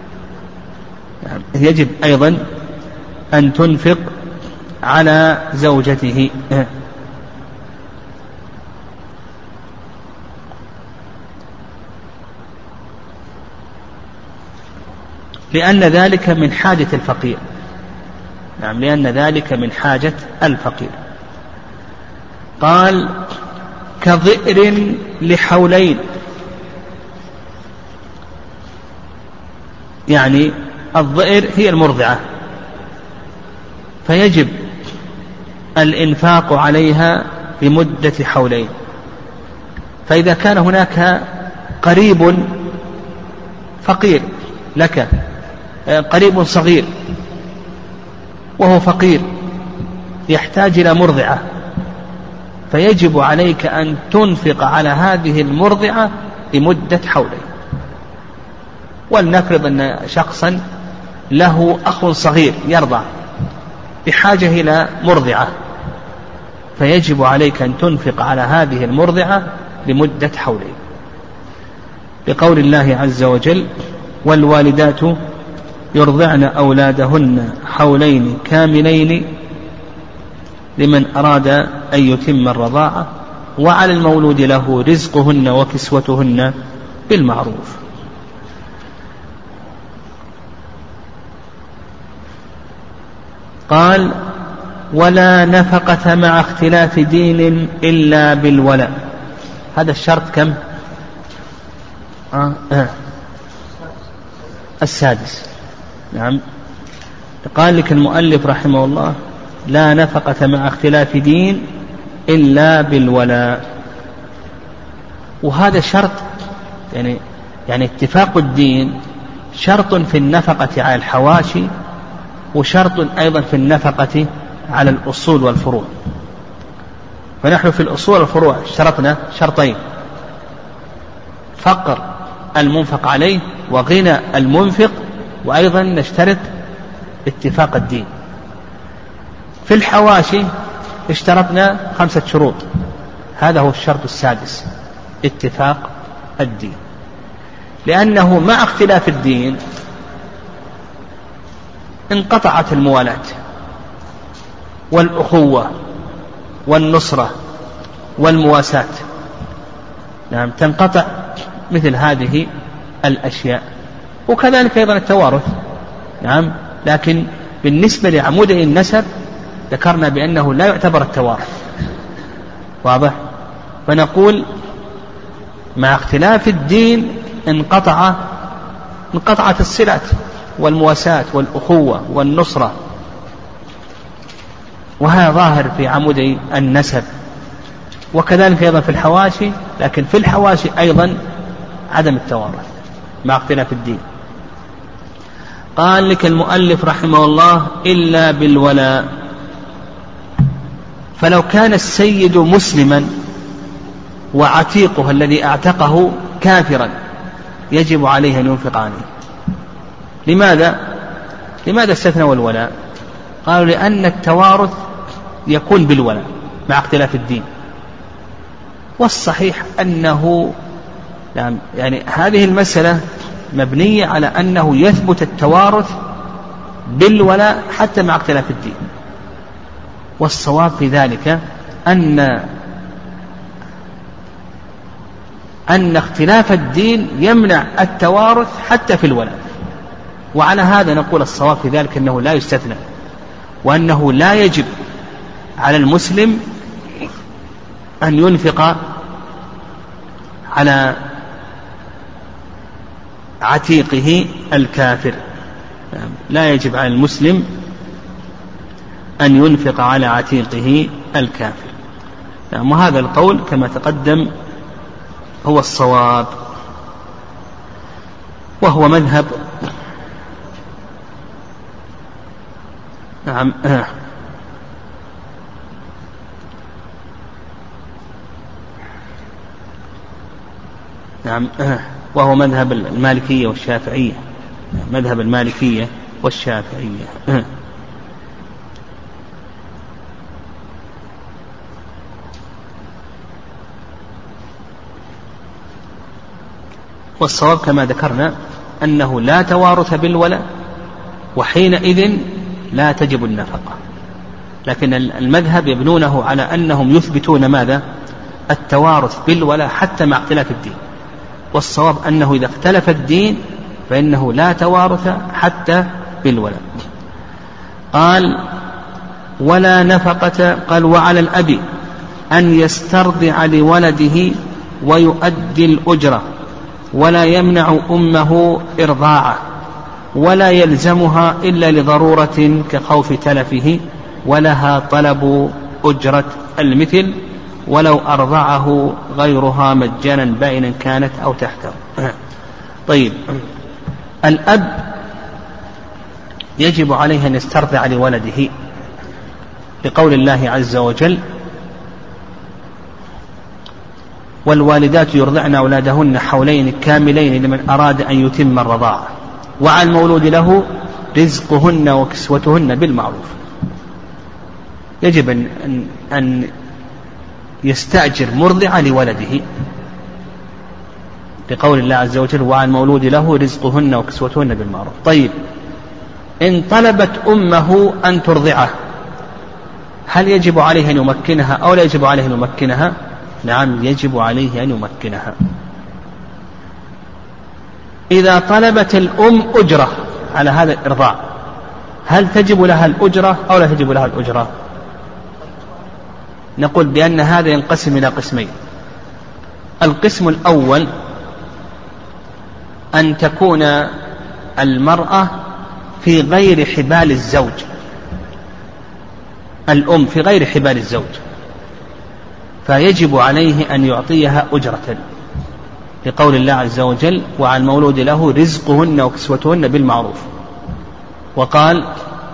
يجب أيضا أن تنفق على زوجته. لأن ذلك من حاجة الفقير. نعم، لأن ذلك من حاجة الفقير. قال كظئر لحولين، يعني الظئر هي المرضعة، فيجب الإنفاق عليها لمدة حولين. فإذا كان هناك قريب فقير لك، قريب صغير وهو فقير يحتاج إلى مرضعة، فيجب عليك أن تنفق على هذه المرضعة لمدة حولين. ولنفرض أن شخصا له أخ صغير يرضع بحاجة إلى مرضعة، فيجب عليك أن تنفق على هذه المرضعة لمدة حولين، لقول الله عز وجل: والوالدات يرضعن أولادهن حولين كاملين لمن أراد أن يتم الرضاعة وعلى المولود له رزقهن وكسوتهن بالمعروف. قال ولا نفقة مع اختلاف دين إلا بالولاء. هذا الشرط كم؟ السادس. نعم. قال لك المؤلف رحمه الله: لا نفقة مع اختلاف دين إلا بالولاء. وهذا شرط، يعني اتفاق الدين شرط في النفقة على الحواشي، وشرط أيضا في النفقة على الأصول والفروع. فنحن في الأصول والفروع شرطنا شرطين: فقر المنفق عليه وغنى المنفق، وأيضا نشترط اتفاق الدين. في الحواشي اشترطنا 5 شروط، هذا هو الشرط السادس: اتفاق الدين. لأنه مع اختلاف الدين انقطعت الموالاة والأخوة والنصرة والمواساة. نعم، تنقطع مثل هذه الأشياء. وكذلك أيضا التوارث. نعم، لكن بالنسبة لعمودي النسب ذكرنا بأنه لا يعتبر التوارث. واضح؟ فنقول مع اختلاف الدين انقطعت الصلات والمواساة والأخوة والنصرة، وهذا ظاهر في عمودي النسب. وكذلك أيضا في الحواشي، لكن في الحواشي أيضا عدم التوارث مع اختلاف الدين. قال لك المؤلف رحمه الله: إلا بالولاء. فلو كان السيد مسلما وعتيقه الذي اعتقه كافرا يجب عليه أن ينفق عليه. لماذا استثنوا الولاء؟ قالوا لأن التوارث يكون بالولاء مع اختلاف الدين. والصحيح أنه يعني هذه المسألة مبنية على أنه يثبت التوارث بالولاء حتى مع اختلاف الدين. والصواب في ذلك أن اختلاف الدين يمنع التوارث حتى في الولاء. وعلى هذا نقول الصواب في ذلك أنه لا يستثنى، وأنه لا يجب على المسلم أن ينفق على عتيقه الكافر. لا يجب على المسلم أن ينفق على عتيقه الكافر. وهذا القول كما تقدم هو الصواب، وهو مذهب وهو مذهب المالكية والشافعية، مذهب المالكية والشافعية. والصواب كما ذكرنا أنه لا توارث بالولاء، وحينئذ لا تجب النفقة. لكن المذهب يبنونه على أنهم يثبتون ماذا؟ التوارث بالولاء حتى مع اختلاف الدين. والصواب أنه إذا اختلف الدين فإنه لا توارث حتى بالولد. قال ولا نفقة. قال وعلى الأب أن يسترضع لولده ويؤدي الأجرة ولا يمنع أمه إرضاعه ولا يلزمها إلا لضرورة كخوف تلفه ولها طلب أجرة المثل ولو أرضعه غيرها مجانا بائنا كانت أو تحته. طيب الأب يجب عليه أن يسترضع لولده بقول الله عز وجل والوالدات يرضعن أولادهن حولين كاملين لمن أراد أن يتم الرضاعة وعلى المولود له رزقهن وكسوتهن بالمعروف. يجب أن يستأجر مرضعة لولده لقول الله عز وجل وعلى المولود له رزقهن وكسوتهن بالمعروف. طيب إن طلبت أمه أن ترضعه هل يجب عليه أن يمكنها أو لا يجب عليه أن يمكنها؟ نعم يجب عليه أن يمكنها. إذا طلبت الأم أجرة على هذا الإرضاع هل تجب لها الأجرة أو لا تجب لها الأجرة؟ نقول بأن هذا ينقسم إلى قسمين. القسم الأول أن تكون المرأة في غير حبال الزوج، الأم في غير حبال الزوج، فيجب عليه أن يعطيها أجرة لقول الله عز وجل وعلى المولود له رزقهن وكسوتهن بالمعروف. وقال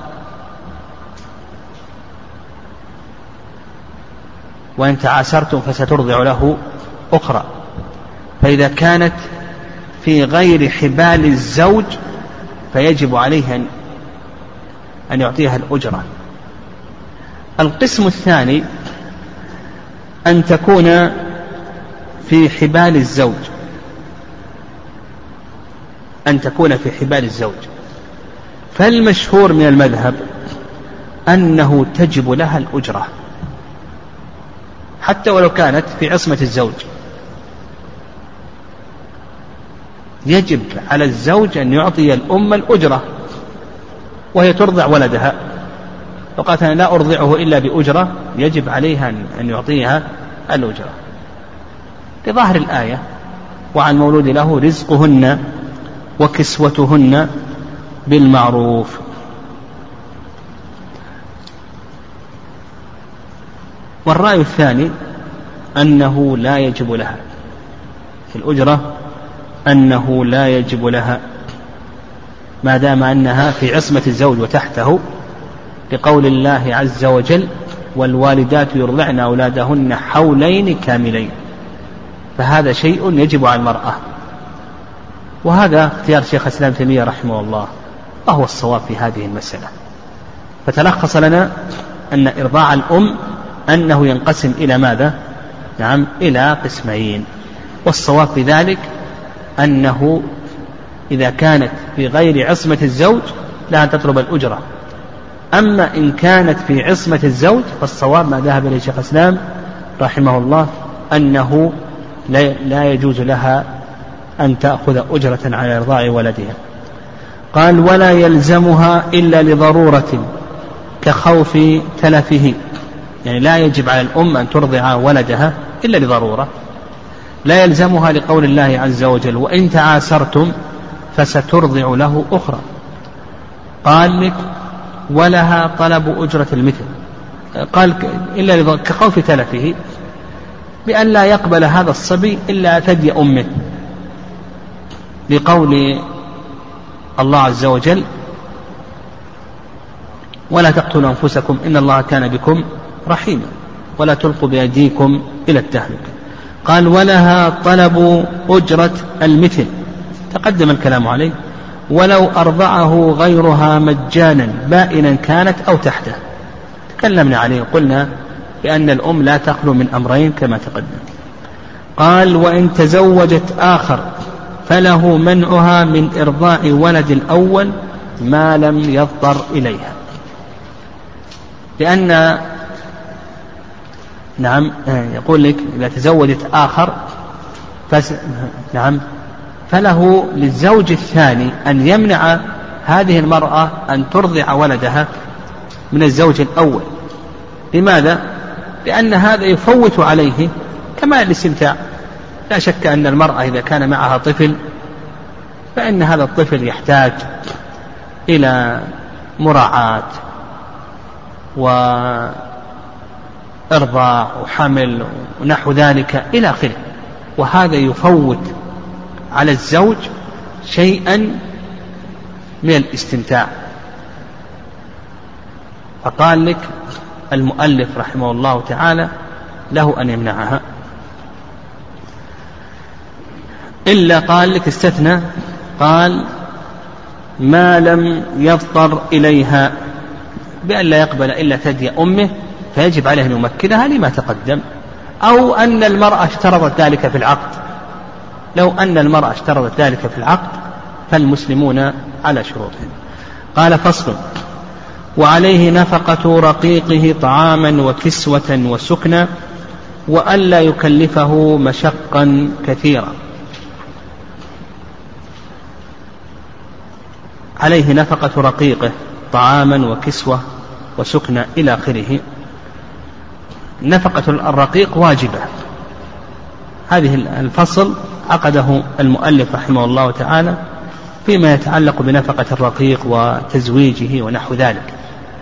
وإن تعاسرتم فسترضع له أخرى. فإذا كانت في غير حبال الزوج فيجب عليه أن يعطيها الأجرة. القسم الثاني أن تكون في حبال الزوج، أن تكون في حبال الزوج، فالمشهور من المذهب أنه تجب لها الأجرة حتى ولو كانت في عصمة الزوج. يجب على الزوج أن يعطي الأم الأجرة وهي ترضع ولدها، فقالت أنا لا أرضعه إلا بأجرة، يجب عليها أن يعطيها الأجرة لظاهر الآية وعلى المولود له رزقهن وكسوتهن بالمعروف. والرأي الثاني أنه لا يجب لها في الأجرة، أنه لا يجب لها ما دام أنها في عصمة الزوج وتحته لقول الله عز وجل والوالدات يرضعن أولادهن حولين كاملين، فهذا شيء يجب على المرأة. وهذا اختيار شيخ الإسلام ابن تيمية رحمه الله وهو الصواب في هذه المسألة. فتلخص لنا أن إرضاع الأم أنه ينقسم إلى ماذا؟ نعم إلى قسمين، والصواب في ذلك أنه إذا كانت في غير عصمة الزوج لا تطلب الأجرة، أما إن كانت في عصمة الزوج فالصواب ما ذهب إليه شيخ الإسلام رحمه الله أنه لا يجوز لها أن تأخذ أجرة على إرضاع ولدها. قال ولا يلزمها إلا لضرورة كخوف تلفه، يعني لا يجب على الأم أن ترضع ولدها إلا لضرورة. لا يلزمها لقول الله عز وجل وإن تعاسرتم فسترضع له أخرى. قال لك ولها طلب أجرة المثل، قال إلا كخوف تلفه بأن لا يقبل هذا الصبي إلا ثدي أمه لقول الله عز وجل ولا تقتلوا أنفسكم إن الله كان بكم رحيما ولا تلقوا بأيديكم إلى التهلكة. قال ولها طلب أجرة المثل تقدم الكلام عليه ولو أرضعه غيرها مجانا بائنا كانت أو تحته، تكلمنا عليه قلنا بأن الأم لا تخلو من أمرين كما تقدم. قال وإن تزوجت آخر فله منعها من إرضاع ولد الأول ما لم يضطر إليها، لأن يقول لك إذا تزوجت آخر نعم فله للزوج الثاني أن يمنع هذه المرأة أن ترضع ولدها من الزوج الأول. لماذا؟ لأن هذا يفوت عليه كمال الاستمتاع. لا شك أن المرأة إذا كان معها طفل فإن هذا الطفل يحتاج إلى مراعاة وإرضاع وحمل ونحو ذلك إلى آخره، وهذا يفوت على الزوج شيئا من الاستمتاع. فقال لك المؤلف رحمه الله تعالى له أن يمنعها، إلا قال لك استثنى، قال ما لم يضطر إليها بأن لا يقبل إلا ثدي أمه فيجب عليه أن يمكنها لما تقدم، أو أن المرأة اشترطت ذلك في العقد. لو أن المرأة اشترطت ذلك في العقد فالمسلمون على شروطهم. قال فصل: وعليه نفقة رقيقه طعاما وكسوة وسكنى وألا يكلفه مشقا كثيرا. عليه نفقة رقيقه طعاما وكسوة وسكنى إلى آخره. نفقة الرقيق واجبة. هذه الفصل عقده المؤلف رحمه الله تعالى فيما يتعلق بنفقة الرقيق وتزويجه ونحو ذلك.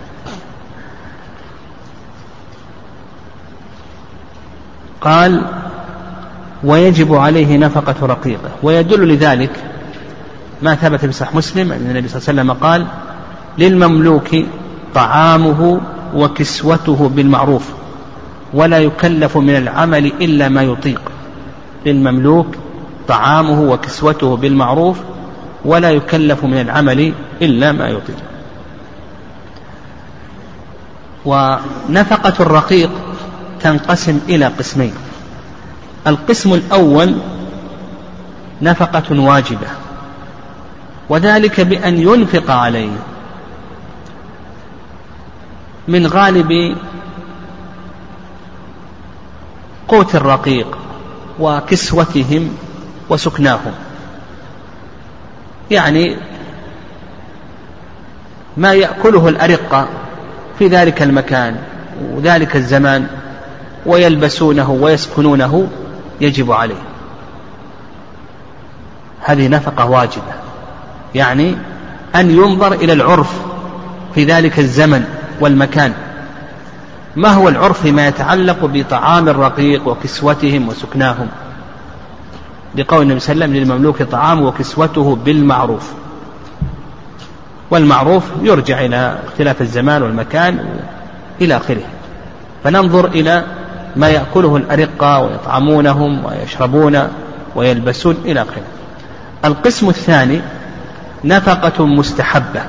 قال: ويجب عليه نفقة رقيقه. ويدل لذلك ما ثبت في صحيح مسلم أن النبي صلى الله عليه وسلم قال: للمملوك طعامه وكسوته بالمعروف ولا يكلف من العمل إلا ما يطيق. للمملوك طعامه وكسوته بالمعروف ولا يكلف من العمل إلا ما يطيق. ونفقة الرقيق تنقسم إلى قسمين. القسم الأول نفقة واجبة، وذلك بأن ينفق عليه من غالب قوت الرقيق وكسوتهم وسكناهم، يعني ما يأكله الأرقة في ذلك المكان وذلك الزمان ويلبسونه ويسكنونه يجب عليه. هذه نفقة واجبة، يعني أن ينظر إلى العرف في ذلك الزمن والمكان. ما هو العرف فيما يتعلق بطعام الرقيق وكسوتهم وسكناهم؟ لقول النبي صلى الله عليه وسلم: للمملوك طعامه وكسوته بالمعروف. والمعروف يرجع إلى اختلاف الزمان والمكان إلى آخره. فننظر إلى ما يأكله الأرقة ويطعمونهم ويشربون ويلبسون إلى آخره. القسم الثاني نفقة مستحبة،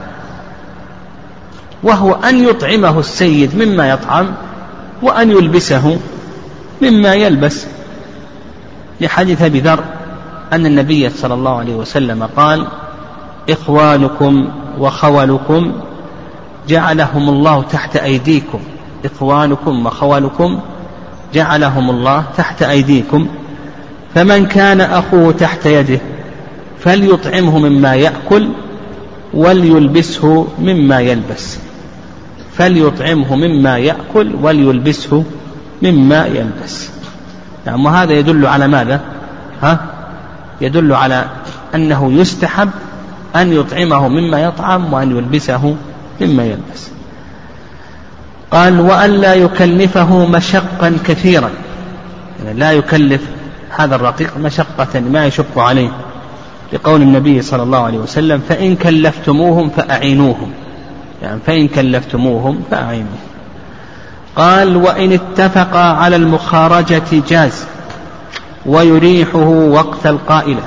وهو أن يطعمه السيد مما يطعم وأن يلبسه مما يلبس، لحديث أبي ذر أن النبي صلى الله عليه وسلم قال: إخوانكم وخولكم جعلهم الله تحت أيديكم. إخوانكم وخولكم جعلهم الله تحت أيديكم، فمن كان أخوه تحت يده فليطعمه مما يأكل وليلبسه مما يلبس. فليطعمه مما يأكل وليلبسه مما يلبس. نعم. وهذا يدل على ماذا؟ يدل على أنه يستحب أن يطعمه مما يطعم وأن يلبسه مما يلبس. قال: وأن لا يكلفه مشقا كثيرا، يعني لا يكلف هذا الرقيق مشقة ما يشق عليه، لقول النبي صلى الله عليه وسلم: فإن كلفتموهم فأعينوهم. يعني فإن كلفتموهم فأعينوهم. قال: وإن اتفقا على المخارجة جاز ويريحه وقت القائلة.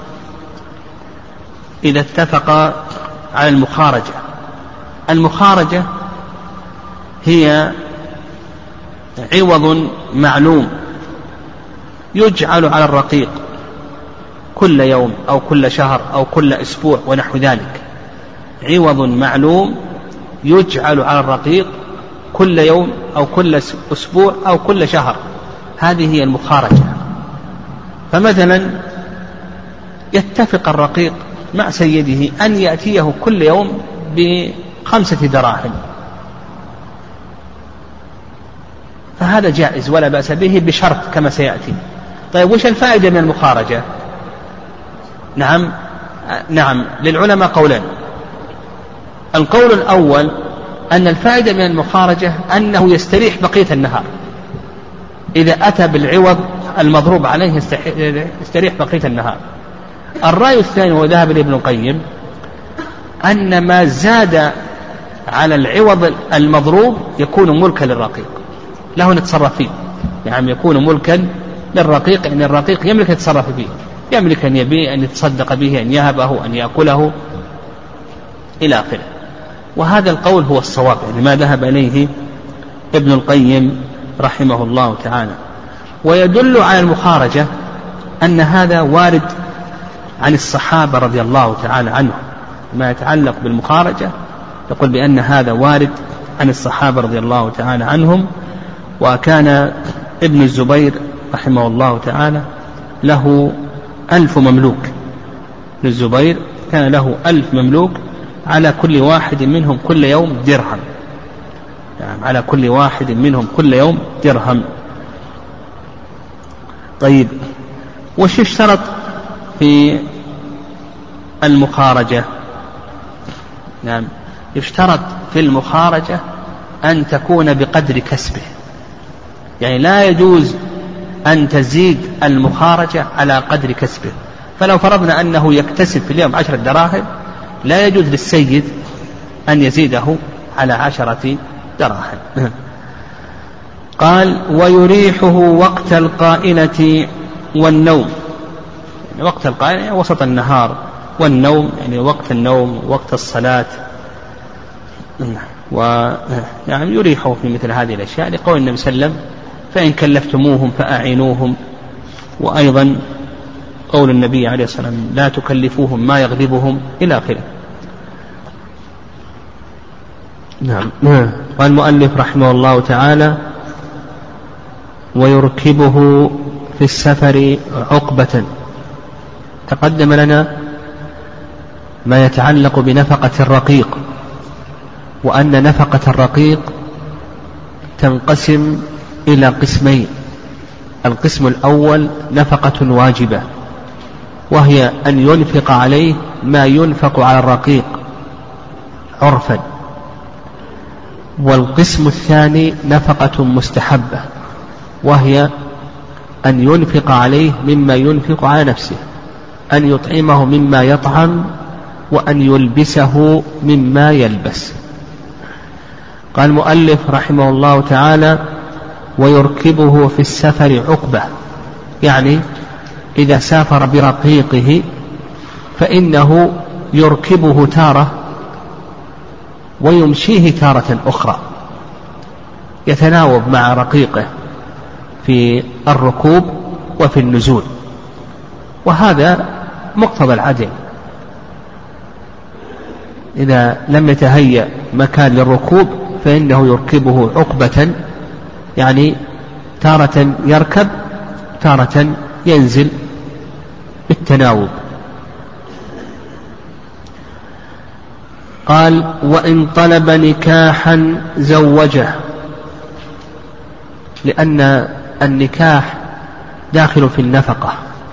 إذا اتفقا على المخارجة. المخارجة هي عوض معلوم يجعل على الرقيق كل يوم أو كل شهر أو كل أسبوع ونحو ذلك. عوض معلوم يجعل على الرقيق كل يوم أو كل أسبوع أو كل شهر. هذه هي المخارجة. فمثلا يتفق الرقيق مع سيده أن يأتيه كل يوم ب5 دراهم، فهذا جائز ولا بأس به بشرط كما سيأتي. طيب وش الفائدة من المخارجة؟ نعم للعلماء قولان. القول الأول أن الفائدة من المخارجة أنه يستريح بقية النهار، إذا أتى بالعوض المضروب عليه يستريح بقية النهار. الرأي الثاني وذهب لابن القيم أن ما زاد على العوض المضروب يكون ملكا للرقيق، له نتصرف فيه، يعني يكون ملكا للرقيق، يعني الرقيق يملك يتصرف فيه، يملك أن يبيع، أن يتصدق به، أن يهبه، أن يأكله إلى آخره. وهذا القول هو الصواب، يعني ما ذهب إليه ابن القيم رحمه الله تعالى. ويدل على المخارجة أن هذا وارد عن الصحابة رضي الله تعالى عنهم، ما يتعلق بالمخارجة يقول بأن هذا وارد عن الصحابة رضي الله تعالى عنهم. وكان ابن الزبير رحمه الله تعالى له 1000 مملوك، ابن الزبير كان له 1000 مملوك، على كل واحد منهم كل يوم درهم، يعني على كل واحد منهم كل يوم درهم. طيب وش اشترط في المخارجة؟ نعم يشترط في المخارجة أن تكون بقدر كسبه، يعني لا يجوز أن تزيد المخارجة على قدر كسبه. فلو فرضنا أنه يكتسب في اليوم 10 دراهم لا يجوز للسيد أن يزيده على 10 دراهم. قال ويريحه وقت القائلة والنوم، يعني وقت القائلة يعني وسط النهار، والنوم يعني وقت النوم وقت الصلاة، ويعني يريحه في مثل هذه الأشياء لقول النبي صلى الله عليه وسلم فإن كلفتموهم فأعينوهم، وأيضا قول النبي عليه الصلاة والسلام لا تكلفوهم ما يغضبهم إلى آخره. نعم. قال المؤلف رحمه الله تعالى ويركبه في السفر عقبة. تقدم لنا ما يتعلق بنفقة الرقيق، وأن نفقة الرقيق تنقسم إلى قسمين. القسم الأول نفقة واجبة، وهي أن ينفق عليه ما ينفق على الرقيق عرفا. والقسم الثاني نفقة مستحبة، وهي أن ينفق عليه مما ينفق على نفسه، أن يطعمه مما يطعم، وأن يلبسه مما يلبس. قال المؤلف رحمه الله تعالى ويركبه في السفر عقبة، يعني إذا سافر برقيقه فإنه يركبه تارة ويمشيه تارة أخرى، يتناوب مع رقيقه في الركوب وفي النزول، وهذا مقتضى العدل. إذا لم يتهيأ مكان للركوب فإنه يركبه عقبة، يعني تارة يركب تارة ينزل بالتناوب. قال وإن طلب نكاحا زوجه، لأن النكاح داخل في النفقة.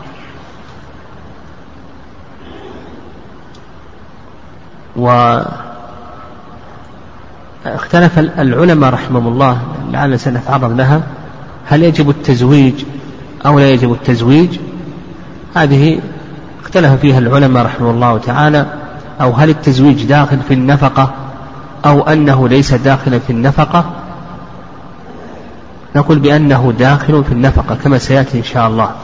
واختلف العلماء رحمهم الله، لعل سنتعرض لها، هل يجب التزويج أو لا يجب التزويج؟ هذه اختلف فيها العلماء رحمه الله تعالى، أو هل التزويج داخل في النفقة أو أنه ليس داخلا في النفقة. نقول بأنه داخل في النفقة كما سيأتي إن شاء الله.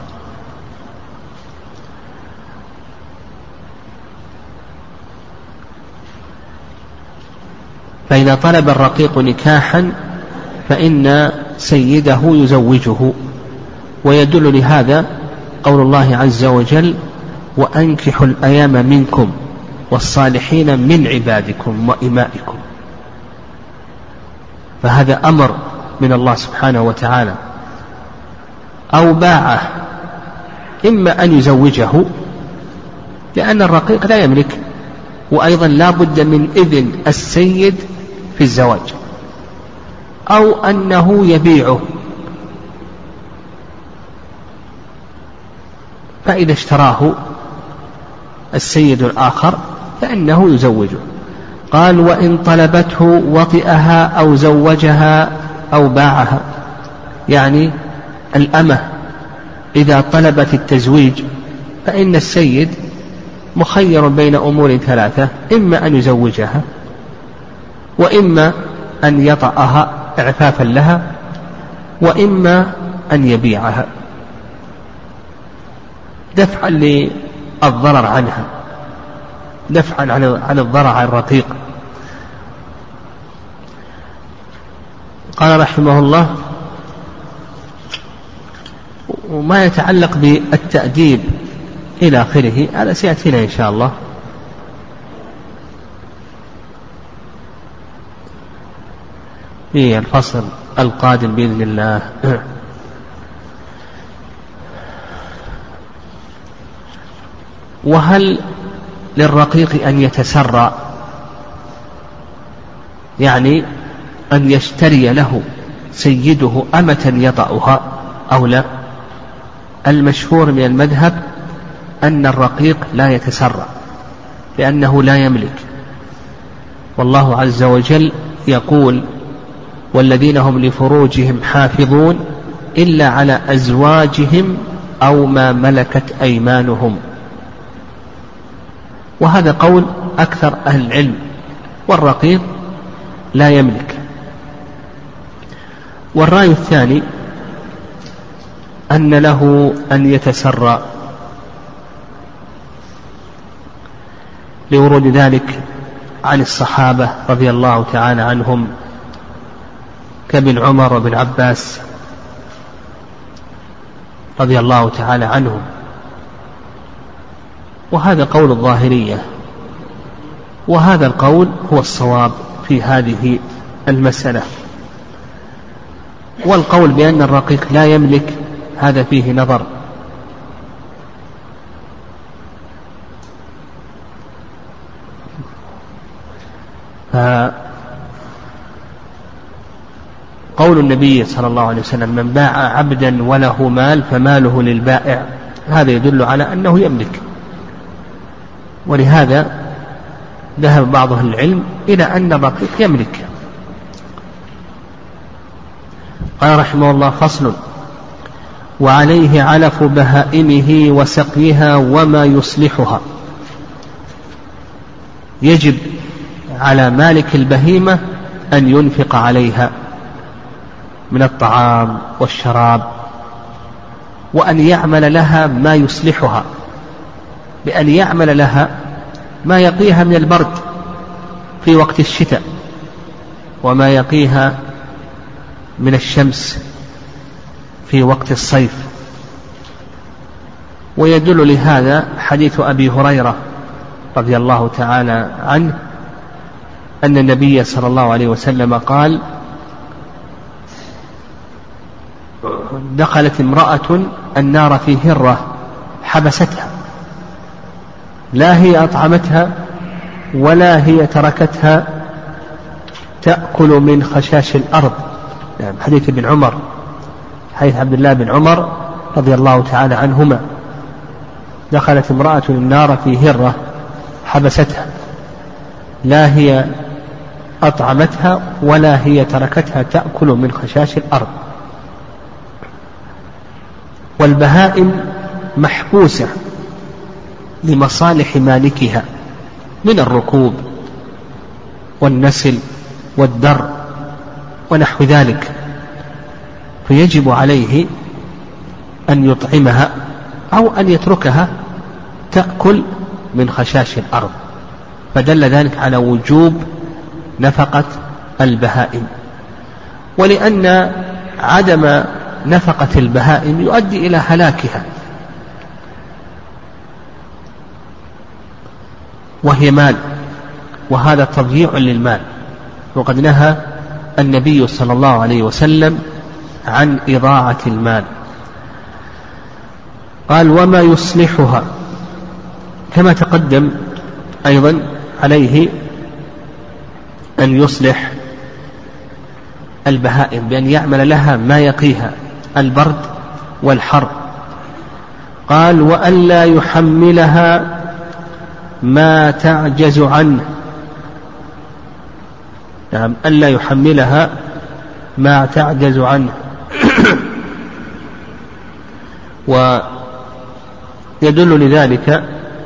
فإذا طلب الرقيق نكاحا فإن سيده يزوجه. ويدل لهذا قول الله عز وجل وأنكحوا الأيام منكم والصالحين من عبادكم وإمائكم، فهذا أمر من الله سبحانه وتعالى. أو باعه، إما أن يزوجه لأن الرقيق لا يملك، وأيضا لا بد من إذن السيد في الزواج، أو أنه يبيعه، فإذا اشتراه السيد الآخر فإنه يزوجه. قال: وإن طلبته وطئها أو زوجها أو باعها. يعني الأمة إذا طلبت التزويج فإن السيد مخير بين أمور ثلاثة: إما أن يزوجها، وإما أن يطأها إعفافا لها، وإما أن يبيعها دفعا للضرر عنها، دفعا عن الضرر عن الرقيق. قال رحمه الله: وما يتعلق بالتأديب إلى آخره هذا سيأتينا إن شاء الله. في الفصل القادم بإذن الله. وهل للرقيق أن يتسرى، يعني أن يشتري له سيده أمة يطأها أو لا؟ المشهور من المذهب أن الرقيق لا يتسرى لأنه لا يملك، والله عز وجل يقول: والذين هم لفروجهم حافظون إلا على أزواجهم أو ما ملكت أيمانهم. وهذا قول أكثر أهل العلم، والرقيق لا يملك. والرأي الثاني أن له أن يتسرى، لورود ذلك عن الصحابة رضي الله تعالى عنهم كابن عمر وابن عباس رضي الله تعالى عنهم. وهذا قول الظاهرية، وهذا القول هو الصواب في هذه المسألة. والقول بأن الرقيق لا يملك هذا فيه نظر، قول النبي صلى الله عليه وسلم: من باع عبدا وله مال فماله للبائع، هذا يدل على أنه يملك. ولهذا ذهب بعض أهل العلم إلى أن الرقيق يملك. قال رحمه الله: فصل: وعليه علف بهائمه وسقيها وما يصلحها. يجب على مالك البهيمة أن ينفق عليها من الطعام والشراب، وأن يعمل لها ما يصلحها، بأن يعمل لها ما يقيها من البرد في وقت الشتاء، وما يقيها من الشمس في وقت الصيف. ويدل لهذا حديث أبي هريرة رضي الله تعالى عنه أن النبي صلى الله عليه وسلم قال: دخلت امرأة النار في هرة حبستها، لا هي أطعمتها ولا هي تركتها تأكل من خشاش الأرض. حديث ابن عمر، حديث عبد الله بن عمر رضي الله تعالى عنهما: دخلت امرأة النار في هرة حبستها، لا هي أطعمتها ولا هي تركتها تأكل من خشاش الأرض. والبهائم محبوسة لمصالح مالكها من الركوب والنسل والدر ونحو ذلك، فيجب عليه أن يطعمها أو أن يتركها تأكل من خشاش الأرض، فدل ذلك على وجوب نفقة البهائم. ولأن عدم نفقة البهائم يؤدي إلى هلاكها، وهي مال، وهذا تضييع للمال. وقد نهى النبي صلى الله عليه وسلم عن إضاعة المال. قال: وما يصلحها، كما تقدم أيضا عليه أن يصلح البهائم بأن يعمل لها ما يقيها البرد والحر. قال وألا يحملها ما تعجز عنه، نعم ألا يحملها ما تعجز عنه. ويدل لذلك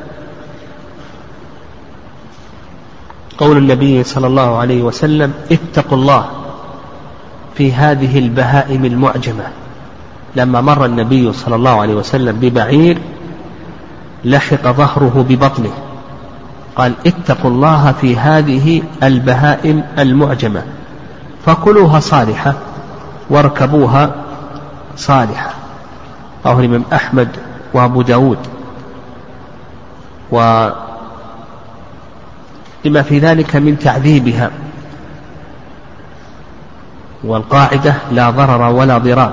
قول النبي صلى الله عليه وسلم اتقوا الله في هذه البهائم المعجمة، لما مر النبي صلى الله عليه وسلم ببعير لحق ظهره ببطنه قال اتقوا الله في هذه البهائم المعجمة فكلوها صالحة واركبوها صالحة. رواه الإمام أحمد وأبو داود. ولما في ذلك من تعذيبها، والقاعدة لا ضرر ولا ضرار.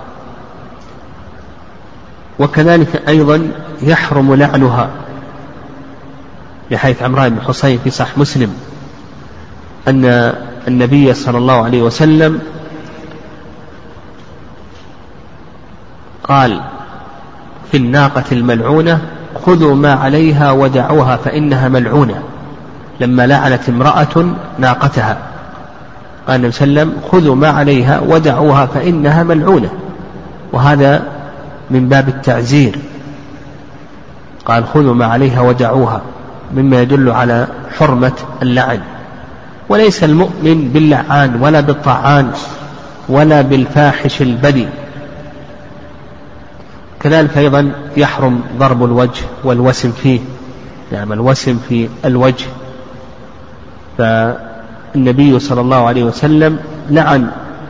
وكذلك أيضا يحرم لعنها، لحيث عمران بن حصين في صحيح مسلم أن النبي صلى الله عليه وسلم قال في الناقة الملعونة خذوا ما عليها ودعوها فإنها ملعونة، لما لعنت امرأة ناقتها قال النبي صلى الله عليه وسلم خذوا ما عليها ودعوها فإنها ملعونة، وهذا من باب التعزير. قال خذوا ما عليها ودعوها، مما يدل على حرمة اللعن. وليس المؤمن باللعان ولا بالطعان ولا بالفاحش البذيء. كذلك أيضا يحرم ضرب الوجه والوسم فيه، يعني الوسم في الوجه، فالنبي صلى الله عليه وسلم لعن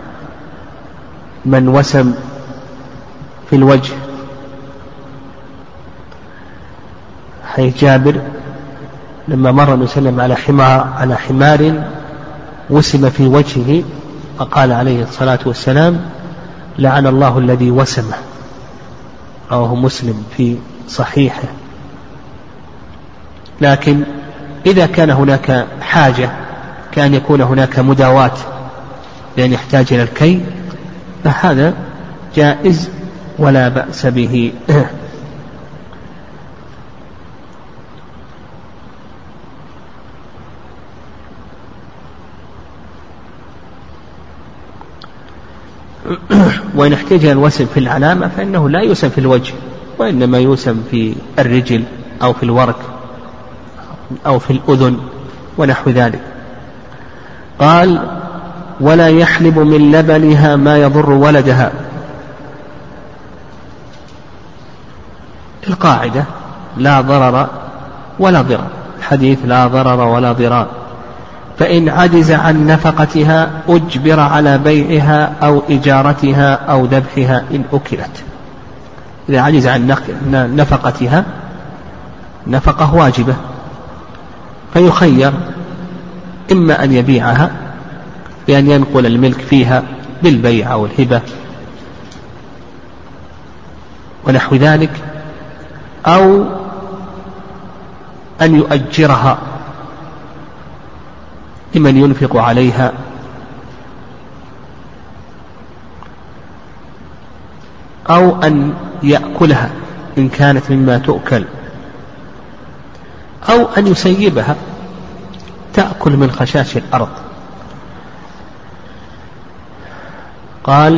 من وسم في الوجه، حيث جابر لما مر النبي صلى الله عليه وسلم على حمار وسم في وجهه فقال عليه الصلاة والسلام لعن الله الذي وسمه. رواه مسلم في صحيحه. لكن إذا كان هناك حاجة كأن يكون هناك مداواة لأن يحتاج إلى الكي فهذا جائز ولا بأس به. وإن احتاج إلى الوسم في العلامة فإنه لا يوسم في الوجه، وإنما يوسم في الرجل أو في الورك أو في الأذن ونحو ذلك. قال ولا يحلب من لبنها ما يضر ولدها. القاعدة لا ضرر ولا ضرار، الحديث لا ضرر ولا ضرار. فإن عجز عن نفقتها أجبر على بيعها أو إجارتها أو ذبحها إن أكلت. إذا عجز عن نفقتها، نفقة واجبة، فيخير إما أن يبيعها بأن ينقل الملك فيها بالبيع أو الهبة ونحو ذلك، أو أن يؤجرها لمن ينفق عليها، أو أن يأكلها إن كانت مما تؤكل، أو أن يسيبها تأكل من خشاش الأرض. قال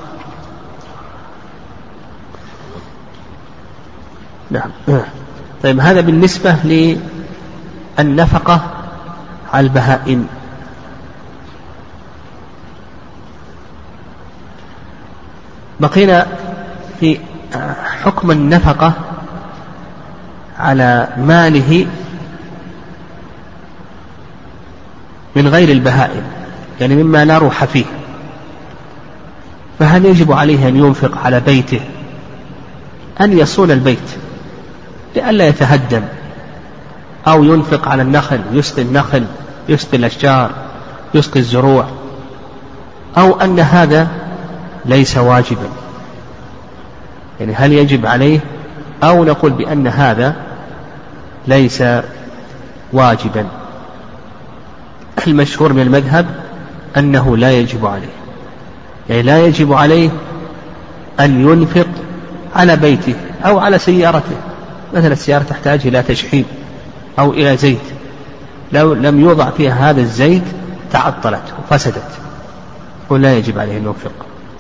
نعم. طيب هذا بالنسبة للنفقة على البهائم. بقينا في حكم النفقة على ماله من غير البهائم، يعني مما لا روح فيه، فهل يجب عليه أن ينفق على بيته، أن يصون البيت لئلا يتهدم، أو ينفق على النخل، يسقي النخل، يسقي الأشجار، يسقي الزروع، أو أن هذا ليس واجبا؟ يعني هل يجب عليه، أو نقول بأن هذا ليس واجبا. المشهور من المذهب أنه لا يجب عليه، يعني لا يجب عليه أن ينفق على بيته أو على سيارته. مثلا السيارة تحتاج إلى تشحيم أو إلى زيت، لو لم يوضع فيها هذا الزيت تعطلت وفسدت، ولا يجب عليه أن ينفق.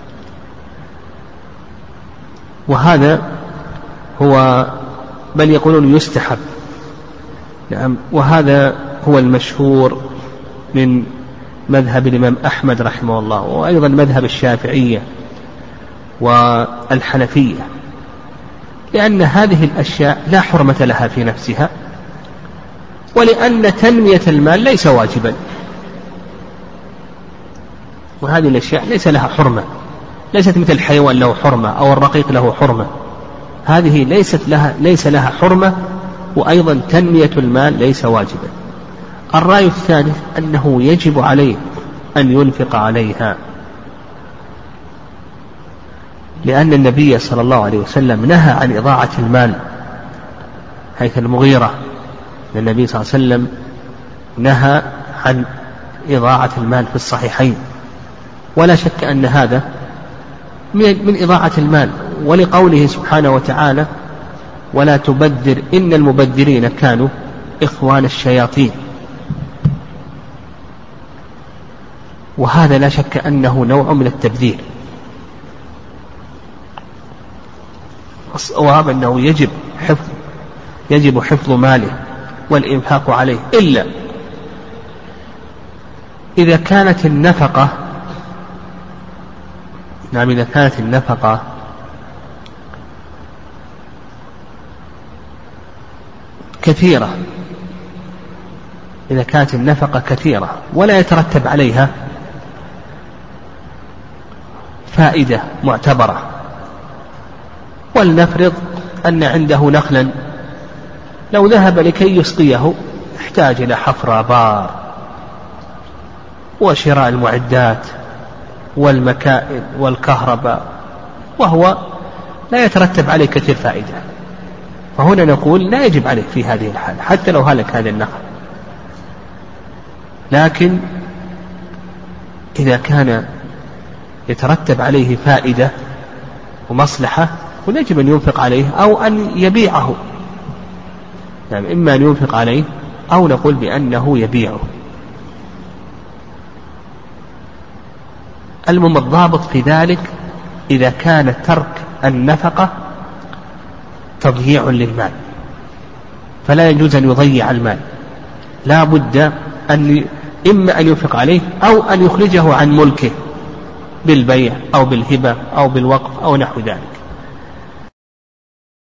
وهذا هو بل يقولون يستحب. نعم، وهذا هو المشهور من مذهب الإمام أحمد رحمه الله، وأيضا مذهب الشافعية والحنفية، لأن هذه الأشياء لا حرمة لها في نفسها، ولأن تنمية المال ليس واجبا، وهذه الأشياء ليس لها حرمة، ليست مثل الحيوان له حرمة أو الرقيق له حرمة. هذه ليس لها حرمة، وأيضا تنمية المال ليس واجبا. الرأي الثالث أنه يجب عليه أن ينفق عليها، لأن النبي صلى الله عليه وسلم نهى عن إضاعة المال، حيث المغيرة النبي صلى الله عليه وسلم نهى عن إضاعة المال في الصحيحين، ولا شك أن هذا من إضاعة المال، ولقوله سبحانه وتعالى: ولا تبذر إن المبذرين كانوا إخوان الشياطين. وهذا لا شك أنه نوع من التبذير، الصواب أنه يجب حفظ ماله والإنفاق عليه، إلا إذا كانت النفقة كثيرة، إذا كانت النفقة كثيرة ولا يترتب عليها فائدة معتبرة. ولنفرض أن عنده نخلا، لو ذهب لكي يسقيه احتاج إلى حفر آبار وشراء المعدات والمكائن والكهرباء، وهو لا يترتب عليه كثير فائدة، فهنا نقول لا يجب عليه في هذه الحالة حتى لو هلك هذا النخل. لكن إذا كان يترتب عليه فائدة ومصلحة يجب أن ينفق عليه أو أن يبيعه، يعني إما أن ينفق عليه أو نقول بأنه يبيعه. المهم الضابط في ذلك إذا كان ترك النفقة تضييع للمال، فلا يجوز أن يضيع المال، لا بد إما أن ينفق عليه أو أن يخرجه عن ملكه بالبيع أو بالهبة أو بالوقف أو نحو ذلك.